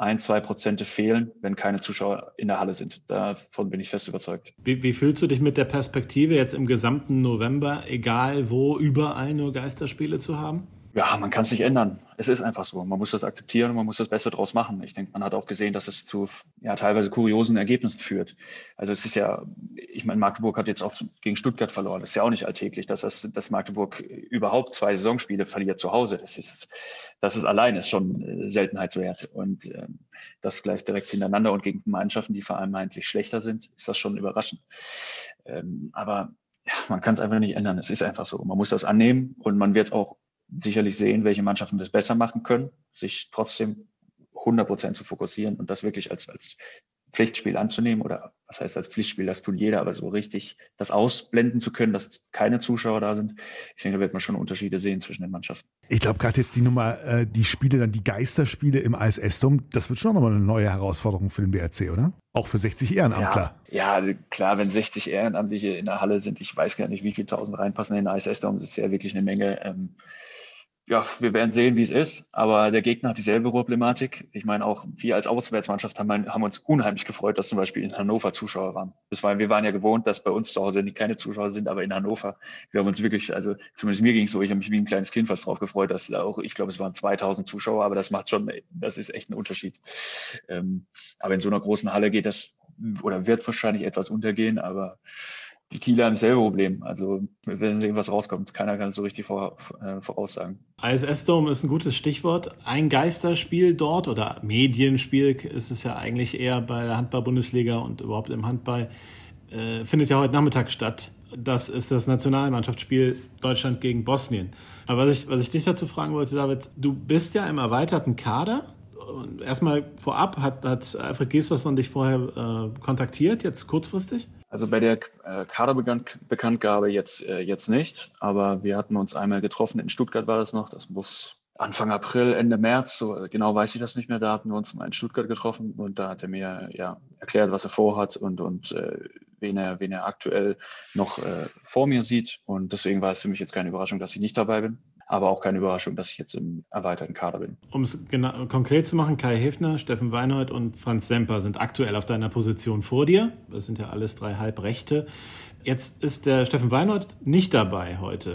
1-2% fehlen, wenn keine Zuschauer in der Halle sind. Davon bin ich fest überzeugt. Wie fühlst du dich mit der Perspektive, jetzt im gesamten November, egal wo, überall nur Geisterspiele zu haben? Ja, man kann es nicht ändern. Es ist einfach so. Man muss das akzeptieren und man muss das Beste draus machen. Ich denke, man hat auch gesehen, dass es zu teilweise kuriosen Ergebnissen führt. Also es ist ja, ich meine, Magdeburg hat jetzt auch gegen Stuttgart verloren. Das ist ja auch nicht alltäglich, dass Magdeburg überhaupt 2 Saisonspiele verliert zu Hause. Das ist allein ist schon Seltenheitswert. Und das gleich direkt hintereinander und gegen Mannschaften, die vermeintlich schlechter sind, ist das schon überraschend. Aber ja, man kann es einfach nicht ändern. Es ist einfach so. Man muss das annehmen und man wird auch sicherlich sehen, welche Mannschaften das besser machen können, sich trotzdem 100% zu fokussieren und das wirklich als Pflichtspiel anzunehmen oder was heißt als Pflichtspiel, das tut jeder, aber so richtig das ausblenden zu können, dass keine Zuschauer da sind. Ich denke, da wird man schon Unterschiede sehen zwischen den Mannschaften. Ich glaube gerade jetzt die Spiele, dann die Geisterspiele im ISS-Dom, das wird schon nochmal eine neue Herausforderung für den BRC, oder? Auch für 60 Ehrenamtler. Ja, also klar, wenn 60 Ehrenamtliche in der Halle sind, ich weiß gar nicht, wie viele 1000 reinpassen in den ISS-Dom, das ist ja wirklich eine Menge. Ja, wir werden sehen, wie es ist, aber der Gegner hat dieselbe Problematik. Ich meine, auch wir als Auswärtsmannschaft haben uns unheimlich gefreut, dass zum Beispiel in Hannover Zuschauer waren. Wir waren ja gewohnt, dass bei uns zu Hause keine Zuschauer sind, aber in Hannover, wir haben uns wirklich, also zumindest mir ging es so, ich habe mich wie ein kleines Kind fast drauf gefreut, dass auch, ich glaube, es waren 2000 Zuschauer, aber das ist echt ein Unterschied. Aber in so einer großen Halle geht das oder wird wahrscheinlich etwas untergehen, aber die Kieler haben dasselbe Problem. Also wir werden sehen, was rauskommt. Keiner kann es so richtig voraussagen. ISS-Dome ist ein gutes Stichwort. Ein Geisterspiel dort oder Medienspiel ist es ja eigentlich eher bei der Handball-Bundesliga und überhaupt im Handball, findet ja heute Nachmittag statt. Das ist das Nationalmannschaftsspiel Deutschland gegen Bosnien. Aber was ich dich dazu fragen wollte, David, du bist ja im erweiterten Kader. Erstmal vorab, hat Alfred Gislason dich vorher kontaktiert, jetzt kurzfristig? Also bei der Kaderbekanntgabe jetzt nicht, aber wir hatten uns einmal getroffen, in Stuttgart war das noch, das muss Anfang April, Ende März, so genau weiß ich das nicht mehr, da hatten wir uns mal in Stuttgart getroffen und da hat er mir erklärt, was er vorhat und wen er aktuell noch vor mir sieht und deswegen war es für mich jetzt keine Überraschung, dass ich nicht dabei bin. Aber auch keine Überraschung, dass ich jetzt im erweiterten Kader bin. Um es konkret zu machen, Kai Häfner, Steffen Weinhold und Franz Semper sind aktuell auf deiner Position vor dir. Das sind ja alles 3 Halbrechte. Jetzt ist der Steffen Weinhold nicht dabei heute.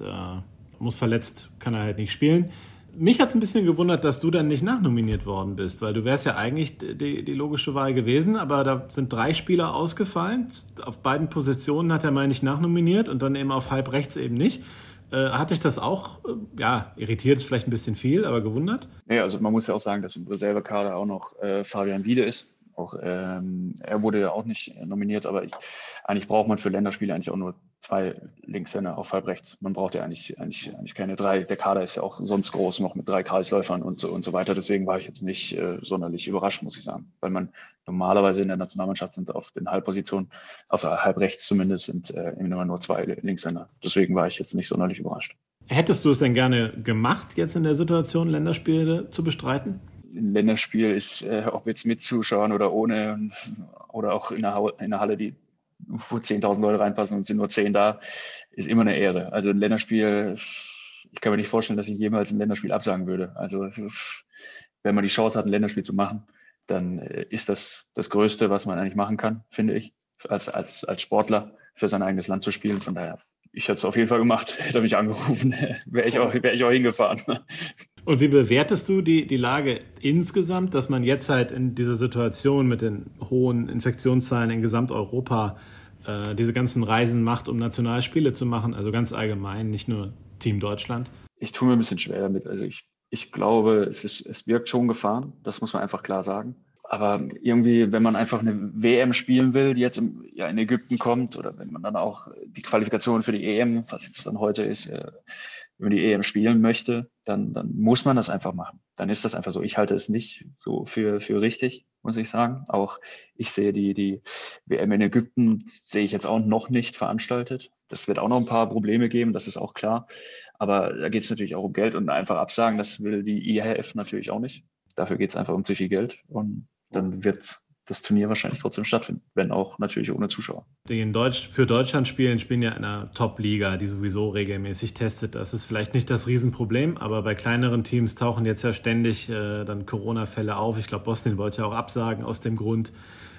Muss verletzt, kann er halt nicht spielen. Mich hat es ein bisschen gewundert, dass du dann nicht nachnominiert worden bist, weil du wärst ja eigentlich die logische Wahl gewesen, aber da sind 3 Spieler ausgefallen. Auf beiden Positionen hat er mal nicht nachnominiert und dann eben auf Halbrechts eben nicht. Hat dich das auch, irritiert ist vielleicht ein bisschen viel, aber gewundert? Ja, also man muss ja auch sagen, dass im selben Kader auch noch Fabian Wiede ist. Auch er wurde ja auch nicht nominiert, aber eigentlich braucht man für Länderspiele eigentlich auch nur 2 Linkshänder auf Halbrechts. Man braucht ja eigentlich keine 3. Der Kader ist ja auch sonst groß, noch mit 3 Kreisläufern und so weiter. Deswegen war ich jetzt nicht sonderlich überrascht, muss ich sagen. Weil man normalerweise in der Nationalmannschaft sind auf den Halbpositionen, auf Halbrechts zumindest, sind immer nur 2 Linkshänder. Deswegen war ich jetzt nicht sonderlich überrascht. Hättest du es denn gerne gemacht, jetzt in der Situation, Länderspiele zu bestreiten? Ein Länderspiel ist, ob jetzt mit Zuschauern oder ohne, oder auch in einer Halle, wo 10.000 Leute reinpassen und sind nur 10 da, ist immer eine Ehre. Also ein Länderspiel, ich kann mir nicht vorstellen, dass ich jemals ein Länderspiel absagen würde. Also wenn man die Chance hat, ein Länderspiel zu machen, dann ist das Größte, was man eigentlich machen kann, finde ich, als Sportler für sein eigenes Land zu spielen. Von daher, ich hätte es auf jeden Fall gemacht, hätte er mich angerufen, wäre ich auch hingefahren. Und wie bewertest du die Lage insgesamt, dass man jetzt halt in dieser Situation mit den hohen Infektionszahlen in Gesamteuropa diese ganzen Reisen macht, um Nationalspiele zu machen, also ganz allgemein, nicht nur Team Deutschland? Ich tue mir ein bisschen schwer damit. Also ich glaube, es wirkt schon Gefahren, das muss man einfach klar sagen. Aber irgendwie, wenn man einfach eine WM spielen will, die jetzt in Ägypten kommt, oder wenn man dann auch die Qualifikation für die EM, was jetzt dann heute ist, wenn man die EM spielen möchte, dann muss man das einfach machen. Dann ist das einfach so. Ich halte es nicht so für richtig, muss ich sagen. Auch ich sehe die WM in Ägypten, sehe ich jetzt auch noch nicht veranstaltet. Das wird auch noch ein paar Probleme geben, das ist auch klar. Aber da geht es natürlich auch um Geld und einfach absagen, das will die IHF natürlich auch nicht. Dafür geht es einfach um zu viel Geld und dann wird das Turnier wahrscheinlich trotzdem stattfinden, wenn auch natürlich ohne Zuschauer. Die für Deutschland spielen ja in einer Top-Liga, die sowieso regelmäßig testet. Das ist vielleicht nicht das Riesenproblem, aber bei kleineren Teams tauchen jetzt ja ständig dann Corona-Fälle auf. Ich glaube, Bosnien wollte ja auch absagen aus dem Grund.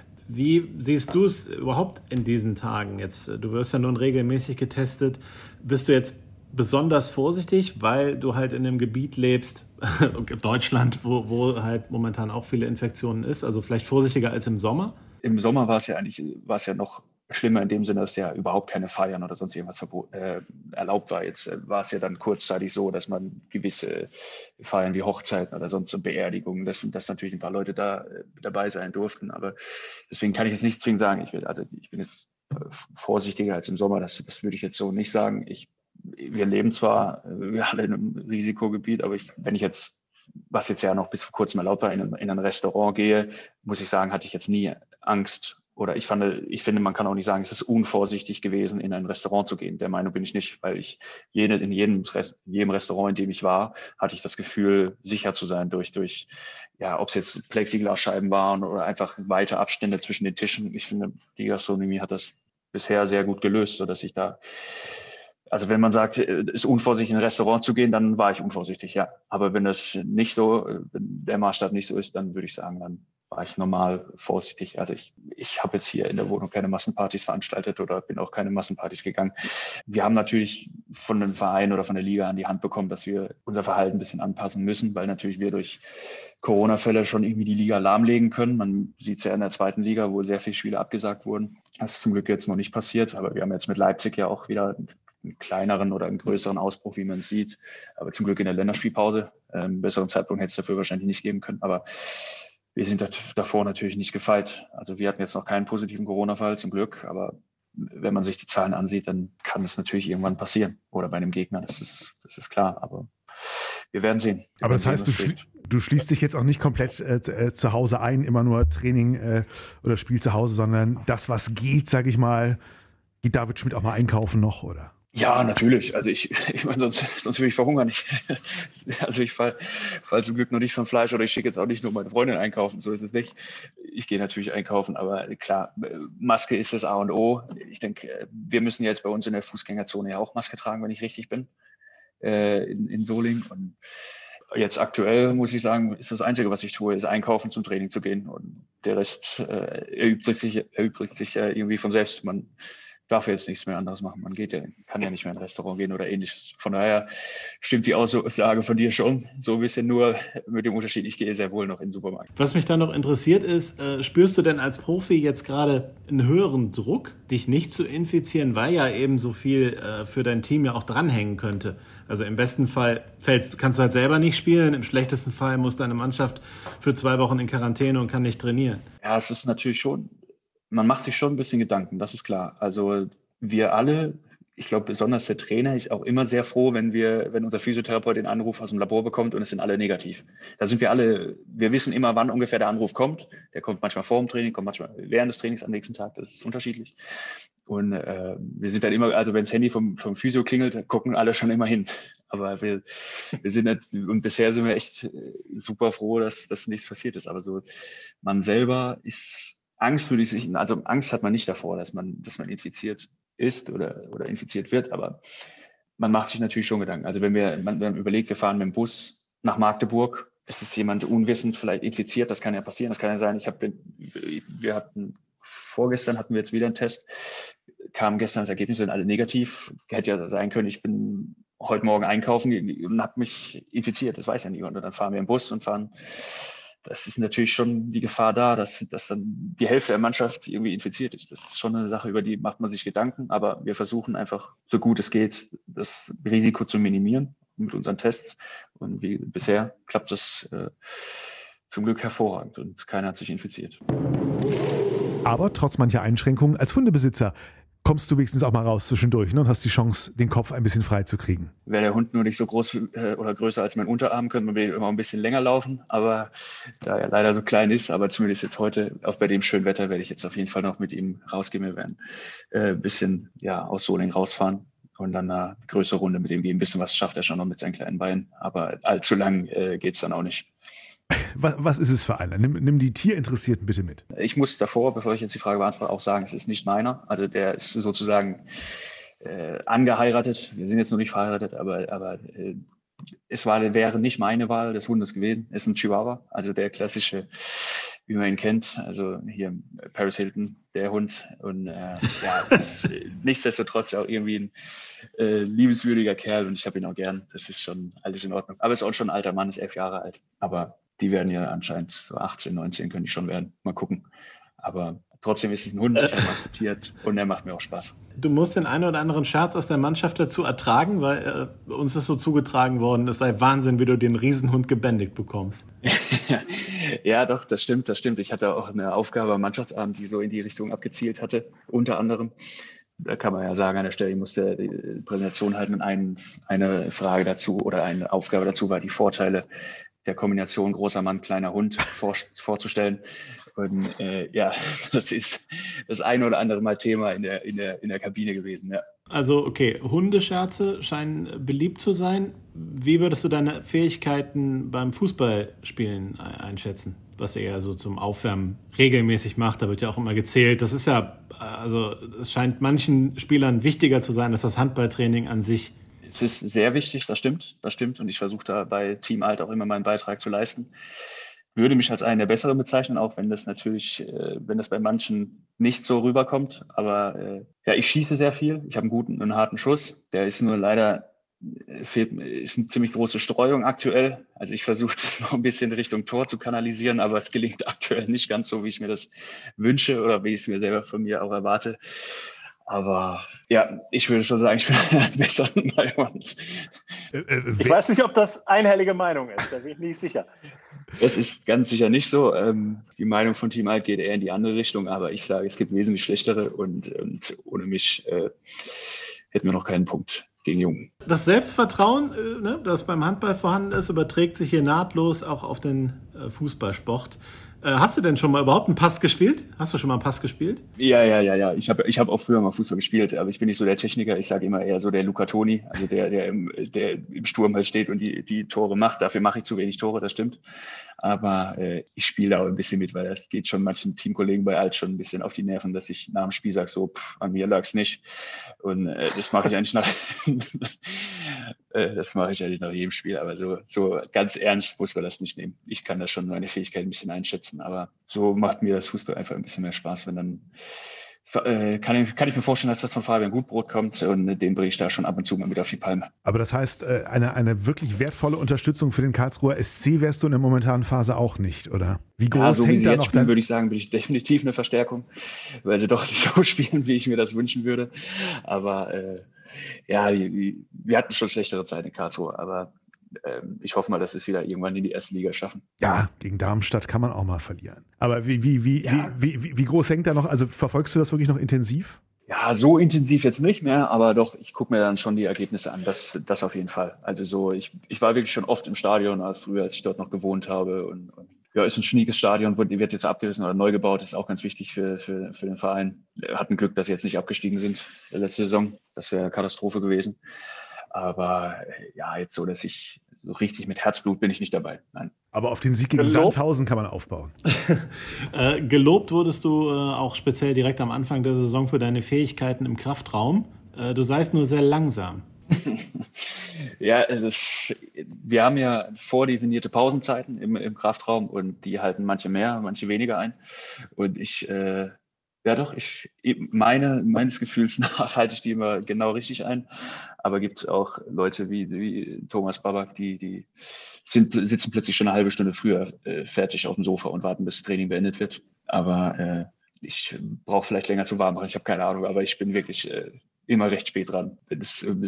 Wie siehst du es überhaupt in diesen Tagen jetzt? Du wirst ja nun regelmäßig getestet. Bist du jetzt besonders vorsichtig, weil du halt in einem Gebiet lebst, Deutschland, wo halt momentan auch viele Infektionen ist, also vielleicht vorsichtiger als im Sommer? Im Sommer war es ja noch schlimmer in dem Sinne, dass ja überhaupt keine Feiern oder sonst irgendwas erlaubt war. Jetzt war es ja dann kurzzeitig so, dass man gewisse Feiern wie Hochzeiten oder sonst so Beerdigungen, dass natürlich ein paar Leute da dabei sein durften. Aber deswegen kann ich jetzt nicht zwingend sagen, ich bin jetzt vorsichtiger als im Sommer. Das würde ich jetzt so nicht sagen. Wir leben zwar, wir alle in einem Risikogebiet, aber wenn ich jetzt, was jetzt ja noch bis vor kurzem erlaubt war, in ein Restaurant gehe, muss ich sagen, hatte ich jetzt nie Angst. Oder ich finde, man kann auch nicht sagen, es ist unvorsichtig gewesen, in ein Restaurant zu gehen. Der Meinung bin ich nicht, weil in jedem Restaurant, in dem ich war, hatte ich das Gefühl, sicher zu sein durch ob es jetzt Plexiglasscheiben waren oder einfach weite Abstände zwischen den Tischen. Ich finde, die Gastronomie hat das bisher sehr gut gelöst, sodass ich da Also wenn man sagt, es ist unvorsichtig, in ein Restaurant zu gehen, dann war ich unvorsichtig, ja. Aber wenn das nicht so, wenn der Maßstab nicht so ist, dann würde ich sagen, dann war ich normal vorsichtig. Also ich habe jetzt hier in der Wohnung keine Massenpartys veranstaltet oder bin auch keine Massenpartys gegangen. Wir haben natürlich von dem Verein oder von der Liga an die Hand bekommen, dass wir unser Verhalten ein bisschen anpassen müssen, weil natürlich wir durch Corona-Fälle schon irgendwie die Liga lahmlegen können. Man sieht es ja in der zweiten Liga, wo sehr viele Spiele abgesagt wurden. Das ist zum Glück jetzt noch nicht passiert, aber wir haben jetzt mit Leipzig ja auch wieder einen kleineren oder einen größeren Ausbruch, wie man sieht. Aber zum Glück in der Länderspielpause. Einen besseren Zeitpunkt hätte es dafür wahrscheinlich nicht geben können. Aber wir sind davor natürlich nicht gefeit. Also wir hatten jetzt noch keinen positiven Corona-Fall, zum Glück. Aber wenn man sich die Zahlen ansieht, dann kann es natürlich irgendwann passieren. Oder bei einem Gegner, das ist klar. Aber wir werden sehen. Aber das heißt, du schließt dich jetzt auch nicht komplett zu Hause ein, immer nur Training oder Spiel zu Hause, sondern das, was geht, sage ich mal, geht David Schmidt auch mal einkaufen noch, oder? Ja, natürlich. Also ich meine, sonst würde ich verhungern. Also ich fall zum Glück noch nicht vom Fleisch oder ich schicke jetzt auch nicht nur meine Freundin einkaufen, so ist es nicht. Ich gehe natürlich einkaufen, aber klar, Maske ist das A und O. Ich denke, wir müssen jetzt bei uns in der Fußgängerzone ja auch Maske tragen, wenn ich richtig bin, in Solingen. Und jetzt aktuell, muss ich sagen, ist das Einzige, was ich tue, ist einkaufen, zum Training zu gehen. Und der Rest erübrigt sich ja irgendwie von selbst. Man darf jetzt nichts mehr anderes machen. Man kann ja nicht mehr in ein Restaurant gehen oder ähnliches. Von daher stimmt die Aussage von dir schon so ein bisschen, nur mit dem Unterschied, ich gehe sehr wohl noch in den Supermarkt. Was mich dann noch interessiert ist, spürst du denn als Profi jetzt gerade einen höheren Druck, dich nicht zu infizieren, weil ja eben so viel für dein Team ja auch dranhängen könnte? Also im besten Fall kannst du halt selber nicht spielen, im schlechtesten Fall muss deine Mannschaft für 2 Wochen in Quarantäne und kann nicht trainieren. Ja, es ist natürlich schon, man macht sich schon ein bisschen Gedanken, das ist klar. Also wir alle, ich glaube besonders der Trainer ist auch immer sehr froh, wenn unser Physiotherapeut den Anruf aus dem Labor bekommt und es sind alle negativ. Da sind wir alle, wir wissen immer, wann ungefähr der Anruf kommt. Der kommt manchmal vor dem Training, kommt manchmal während des Trainings am nächsten Tag, das ist unterschiedlich. Und wir sind dann immer, also wenn das Handy vom Physio klingelt, gucken alle schon immer hin. Aber wir sind halt, und bisher sind wir echt super froh, dass nichts passiert ist. Aber so, man selber ist, Angst hat man nicht davor, dass man infiziert ist oder infiziert wird, aber man macht sich natürlich schon Gedanken. Also wenn man überlegt, wir fahren mit dem Bus nach Magdeburg, es ist jemand unwissend vielleicht infiziert, das kann ja passieren, das kann ja sein. Vorgestern hatten wir jetzt wieder einen Test, kam gestern das Ergebnis, sind alle negativ. Hätte ja sein können, ich bin heute Morgen einkaufen und habe mich infiziert, das weiß ja niemand. Und dann fahren wir im Bus und fahren. Das ist natürlich schon die Gefahr da, dass dann die Hälfte der Mannschaft irgendwie infiziert ist. Das ist schon eine Sache, über die macht man sich Gedanken. Aber wir versuchen einfach, so gut es geht, das Risiko zu minimieren mit unseren Tests. Und wie bisher klappt das zum Glück hervorragend und keiner hat sich infiziert. Aber trotz mancher Einschränkungen als Hundebesitzer kommst du wenigstens auch mal raus zwischendurch, ne, und hast die Chance, den Kopf ein bisschen frei zu kriegen. Wäre der Hund nur nicht so groß oder größer als mein Unterarm, könnte man immer ein bisschen länger laufen. Aber da er leider so klein ist, aber zumindest jetzt heute, auch bei dem schönen Wetter, werde ich jetzt auf jeden Fall noch mit ihm rausgehen. Wir werden ein bisschen aus Solingen rausfahren und dann eine größere Runde mit ihm gehen. Ein bisschen was schafft er schon noch mit seinen kleinen Beinen, aber allzu lang geht's dann auch nicht. Was ist es für einer? Nimm die Tierinteressierten bitte mit. Ich muss davor, bevor ich jetzt die Frage beantworte, auch sagen, es ist nicht meiner. Also der ist sozusagen angeheiratet. Wir sind jetzt noch nicht verheiratet, aber wäre nicht meine Wahl des Hundes gewesen. Es ist ein Chihuahua, also der klassische, wie man ihn kennt. Also hier Paris Hilton, der Hund. Und es ist nichtsdestotrotz auch irgendwie ein liebenswürdiger Kerl und ich habe ihn auch gern. Das ist schon alles in Ordnung. Aber es ist auch schon ein alter Mann, ist 11 Jahre alt. Aber die werden ja anscheinend so 18, 19 können die schon werden. Mal gucken. Aber trotzdem ist es ein Hund, der akzeptiert und der macht mir auch Spaß. Du musst den einen oder anderen Scherz aus der Mannschaft dazu ertragen, weil uns ist so zugetragen worden, es sei Wahnsinn, wie du den Riesenhund gebändigt bekommst. Ja, doch, das stimmt. Ich hatte auch eine Aufgabe am Mannschaftsabend, die so in die Richtung abgezielt hatte, unter anderem. Da kann man ja sagen, an der Stelle, ich musste die Präsentation halten und eine Frage dazu oder eine Aufgabe dazu war, die Vorteile der Kombination großer Mann, kleiner Hund vorzustellen. Und das ist das eine oder andere Mal Thema in der Kabine gewesen. Ja. Also okay, Hundescherze scheinen beliebt zu sein. Wie würdest du deine Fähigkeiten beim Fußballspielen einschätzen? was ihr ja so zum Aufwärmen regelmäßig macht. Da wird ja auch immer gezählt. Das ist ja, also es scheint manchen Spielern wichtiger zu sein als das Handballtraining an sich. Es ist sehr wichtig, das stimmt. Und ich versuche da bei Team Alt auch immer meinen Beitrag zu leisten. Würde mich als einen der Besseren bezeichnen, auch wenn das natürlich, wenn das bei manchen nicht so rüberkommt. Aber ich schieße sehr viel. Ich habe einen guten und harten Schuss. Der ist nur leider, ist eine ziemlich große Streuung aktuell. Also ich versuche das noch ein bisschen Richtung Tor zu kanalisieren, aber es gelingt aktuell nicht ganz so, wie ich mir das wünsche oder wie ich es mir selber von mir auch erwarte. Aber ja, ich würde schon sagen, ich bin besser bei uns. Ich weiß nicht, ob das einhellige Meinung ist, da bin ich nicht sicher. Das ist ganz sicher nicht so. Die Meinung von Team Alt geht eher in die andere Richtung, aber ich sage, es gibt wesentlich schlechtere und ohne mich hätten wir noch keinen Punkt gegen Jungen. Das Selbstvertrauen, das beim Handball vorhanden ist, überträgt sich hier nahtlos auch auf den Fußballsport. Hast du denn schon mal überhaupt einen Pass gespielt? Hast du schon mal einen Pass gespielt? Ja. Ich hab auch früher mal Fußball gespielt, aber ich bin nicht so der Techniker. Ich sage immer eher so der Luca Toni, also der im Sturm halt steht und die Tore macht. Dafür mache ich zu wenig Tore, das stimmt. Aber ich spiele da auch ein bisschen mit, weil das geht schon manchen Teamkollegen bei Alt schon ein bisschen auf die Nerven, dass ich nach dem Spiel sage, so, an mir lag's nicht. Und das mache ich eigentlich nach jedem Spiel. Aber so ganz ernst muss man das nicht nehmen. Ich kann da schon meine Fähigkeiten ein bisschen einschätzen, aber so macht mir das Fußball einfach ein bisschen mehr Spaß, wenn dann kann ich mir vorstellen, dass das von Fabian Gutbrot kommt und den bringe ich da schon ab und zu mal mit auf die Palme. Aber das heißt, eine wirklich wertvolle Unterstützung für den Karlsruher SC wärst du in der momentanen Phase auch nicht, oder? Wie groß hängt da noch dein... Würde ich sagen, bin ich definitiv eine Verstärkung, weil sie doch nicht so spielen, wie ich mir das wünschen würde. Aber wir hatten schon schlechtere Zeiten in Karlsruhe, aber ich hoffe mal, dass wir es wieder irgendwann in die erste Liga schaffen. Ja, gegen Darmstadt kann man auch mal verlieren. Aber wie groß hängt da noch, also verfolgst du das wirklich noch intensiv? Ja, so intensiv jetzt nicht mehr, aber doch, ich gucke mir dann schon die Ergebnisse an, das auf jeden Fall. Also so, ich war wirklich schon oft im Stadion, als früher, als ich dort noch gewohnt habe und ist ein schniekes Stadion, wird jetzt abgerissen oder neu gebaut, ist auch ganz wichtig für den Verein. Wir hatten Glück, dass sie jetzt nicht abgestiegen sind letzte Saison, das wäre eine Katastrophe gewesen. Aber jetzt so, dass ich so richtig mit Herzblut bin ich nicht dabei. Nein. Aber auf den Sieg gegen Sandhausen kann man aufbauen. Gelobt wurdest du auch speziell direkt am Anfang der Saison für deine Fähigkeiten im Kraftraum. Du seist nur sehr langsam. Ja, wir haben ja vordefinierte Pausenzeiten im Kraftraum und die halten manche mehr, manche weniger ein. Und meines Gefühls nach halte ich die immer genau richtig ein. Aber gibt es auch Leute wie Thomas Babak, die sitzen plötzlich schon eine halbe Stunde früher fertig auf dem Sofa und warten, bis das Training beendet wird. Aber ich brauche vielleicht länger zu warm machen, ich habe keine Ahnung, aber ich bin wirklich immer recht spät dran, wenn es um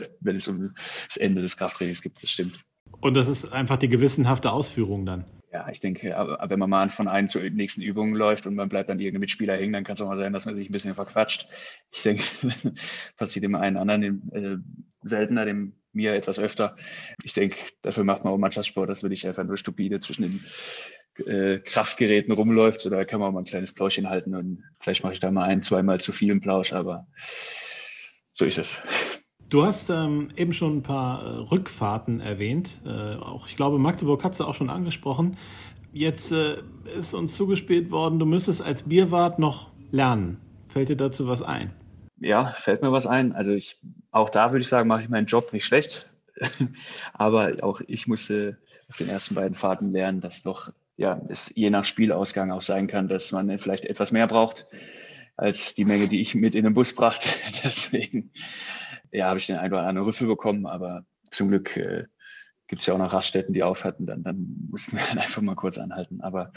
das Ende des Krafttrainings geht, das stimmt. Und das ist einfach die gewissenhafte Ausführung dann? Ja, ich denke, aber wenn man mal von einer zur nächsten Übung läuft und man bleibt an irgendeinem Mitspieler hängen, dann kann es auch mal sein, dass man sich ein bisschen verquatscht. Ich denke, passiert dem einen anderen seltener, dem mir etwas öfter. Ich denke, dafür macht man auch Mannschaftssport, dass man nicht einfach nur stupide zwischen den Kraftgeräten rumläuft. So, da kann man auch mal ein kleines Plauschchen halten und vielleicht mache ich da mal zweimal zu viel im Plausch, aber so ist es. Du hast eben schon ein paar Rückfahrten erwähnt. Ich glaube, Magdeburg hat es auch schon angesprochen. Jetzt ist uns zugespielt worden, du müsstest als Bierwart noch lernen. Fällt dir dazu was ein? Ja, fällt mir was ein. Also auch da würde ich sagen, mache ich meinen Job nicht schlecht. Aber auch ich musste auf den ersten beiden Fahrten lernen, dass es je nach Spielausgang auch sein kann, dass man vielleicht etwas mehr braucht als die Menge, die ich mit in den Bus brachte. Deswegen habe ich den einen oder anderen Rüffel bekommen, aber zum Glück gibt es ja auch noch Raststätten, die auf hatten, dann mussten wir einfach mal kurz anhalten. Aber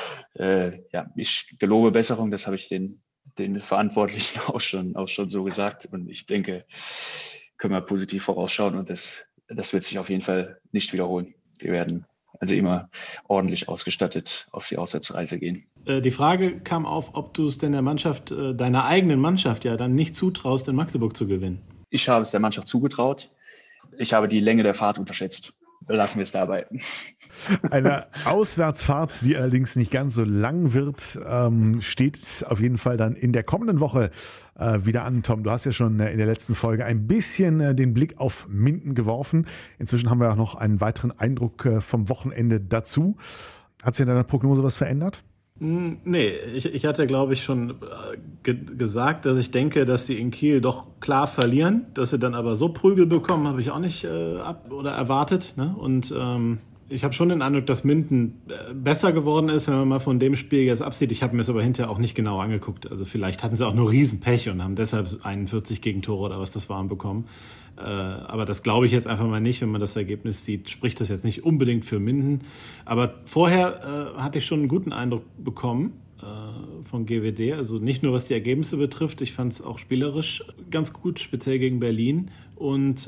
ich gelobe Besserung, das habe ich den Verantwortlichen auch schon so gesagt. Und ich denke, können wir positiv vorausschauen und das wird sich auf jeden Fall nicht wiederholen. Wir werden also immer ordentlich ausgestattet auf die Auswärtsreise gehen. Die Frage kam auf, ob du es denn der Mannschaft, deiner eigenen Mannschaft ja dann nicht zutraust, in Magdeburg zu gewinnen. Ich habe es der Mannschaft zugetraut. Ich habe die Länge der Fahrt unterschätzt. Lassen wir es dabei. Eine Auswärtsfahrt, die allerdings nicht ganz so lang wird, steht auf jeden Fall dann in der kommenden Woche wieder an. Tom, du hast ja schon in der letzten Folge ein bisschen den Blick auf Minden geworfen. Inzwischen haben wir auch noch einen weiteren Eindruck vom Wochenende dazu. Hat sich in deiner Prognose was verändert? Nee, ich hatte, glaube ich, schon gesagt, dass ich denke, dass sie in Kiel doch klar verlieren. Dass sie dann aber so Prügel bekommen, habe ich auch nicht erwartet. Ne? Und ich habe schon den Eindruck, dass Minden besser geworden ist, wenn man mal von dem Spiel jetzt absieht. Ich habe mir es aber hinterher auch nicht genau angeguckt. Also vielleicht hatten sie auch nur Riesenpech und haben deshalb 41 Gegentore oder was das waren bekommen. Aber das glaube ich jetzt einfach mal nicht. Wenn man das Ergebnis sieht, spricht das jetzt nicht unbedingt für Minden. Aber vorher hatte ich schon einen guten Eindruck bekommen von GWD. Also nicht nur, was die Ergebnisse betrifft. Ich fand es auch spielerisch ganz gut, speziell gegen Berlin. Und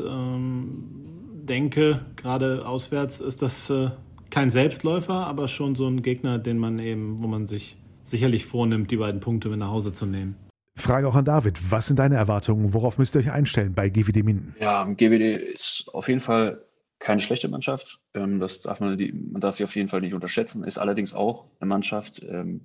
denke, gerade auswärts ist das kein Selbstläufer, aber schon so ein Gegner, wo man sich sicherlich vornimmt, die beiden Punkte mit nach Hause zu nehmen. Frage auch an David. Was sind deine Erwartungen? Worauf müsst ihr euch einstellen bei GWD Minden? Ja, GWD ist auf jeden Fall keine schlechte Mannschaft. Man darf sie auf jeden Fall nicht unterschätzen. Ist allerdings auch eine Mannschaft,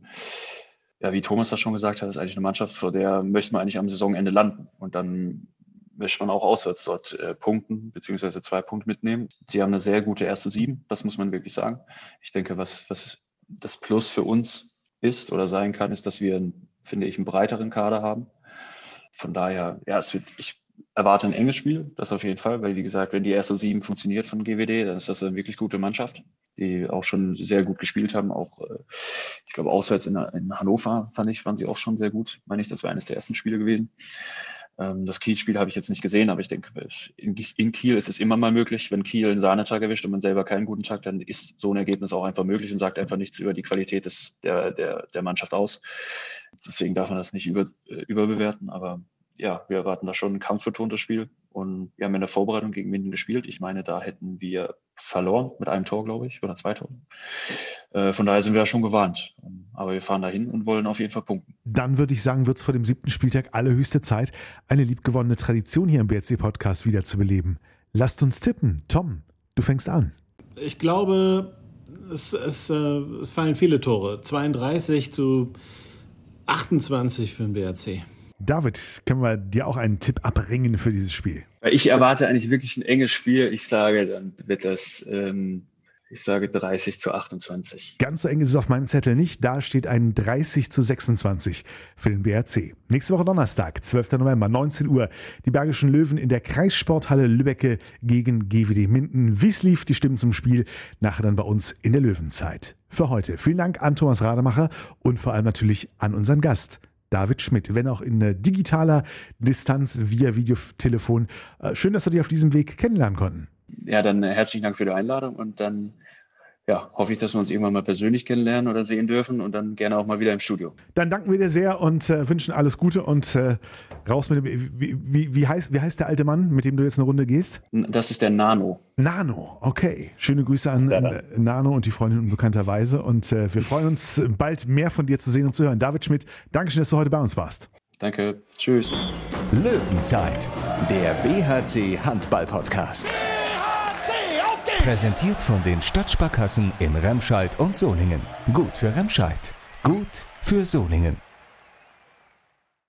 wie Thomas das schon gesagt hat, ist eigentlich eine Mannschaft, vor der möchte man eigentlich am Saisonende landen. Und dann möchte man auch auswärts dort punkten, beziehungsweise 2 Punkte mitnehmen. Sie haben eine sehr gute erste 7, das muss man wirklich sagen. Ich denke, was das Plus für uns ist oder sein kann, ist, dass wir, finde ich, einen breiteren Kader haben. Von daher, ich erwarte ein enges Spiel, das auf jeden Fall, weil wie gesagt, wenn die erste 7 funktioniert von GWD, dann ist das eine wirklich gute Mannschaft, die auch schon sehr gut gespielt haben. Auch, ich glaube, auswärts in Hannover, waren sie auch schon sehr gut. Meine ich, das war eines der ersten Spiele gewesen. Das Kiel-Spiel habe ich jetzt nicht gesehen, aber ich denke, in Kiel ist es immer mal möglich, wenn Kiel einen Sahnetag erwischt und man selber keinen guten Tag, dann ist so ein Ergebnis auch einfach möglich und sagt einfach nichts über die Qualität der Mannschaft aus. Deswegen darf man das nicht überbewerten, aber ja, wir erwarten da schon ein kampfbetontes Spiel und wir haben in der Vorbereitung gegen Minden gespielt. Ich meine, da hätten wir verloren mit einem Tor, glaube ich, oder 2 Toren. Von daher sind wir ja schon gewarnt. Aber wir fahren dahin und wollen auf jeden Fall punkten. Dann würde ich sagen, wird es vor dem 7. Spieltag allerhöchste Zeit, eine liebgewonnene Tradition hier im BRC-Podcast wieder zu beleben. Lasst uns tippen. Tom, du fängst an. Ich glaube, es fallen viele Tore. 32-28 für den BRC. David, können wir dir auch einen Tipp abringen für dieses Spiel? Ich erwarte eigentlich wirklich ein enges Spiel. Ich sage, dann wird das 30-28. Ganz so eng ist es auf meinem Zettel nicht. Da steht ein 30-26 für den BRC. Nächste Woche Donnerstag, 12. November, 19 Uhr. Die Bergischen Löwen in der Kreissporthalle Lübbecke gegen GWD Minden. Wie es lief, die Stimmen zum Spiel, nachher dann bei uns in der Löwenzeit. Für heute vielen Dank an Thomas Rademacher und vor allem natürlich an unseren Gast David Schmidt, wenn auch in digitaler Distanz via Videotelefon. Schön, dass wir dich auf diesem Weg kennenlernen konnten. Ja, dann herzlichen Dank für die Einladung und dann hoffe ich, dass wir uns irgendwann mal persönlich kennenlernen oder sehen dürfen und dann gerne auch mal wieder im Studio. Dann danken wir dir sehr und wünschen alles Gute und raus mit dem, wie heißt der alte Mann, mit dem du jetzt eine Runde gehst? Das ist der Nano. Nano, okay. Schöne Grüße an Nano und die Freundin unbekannterweise und wir freuen uns, bald mehr von dir zu sehen und zu hören. David Schmidt, Dankeschön, dass du heute bei uns warst. Danke, tschüss. Löwenzeit, der BHC Handball-Podcast. Präsentiert von den Stadtsparkassen in Remscheid und Solingen. Gut für Remscheid, gut für Solingen.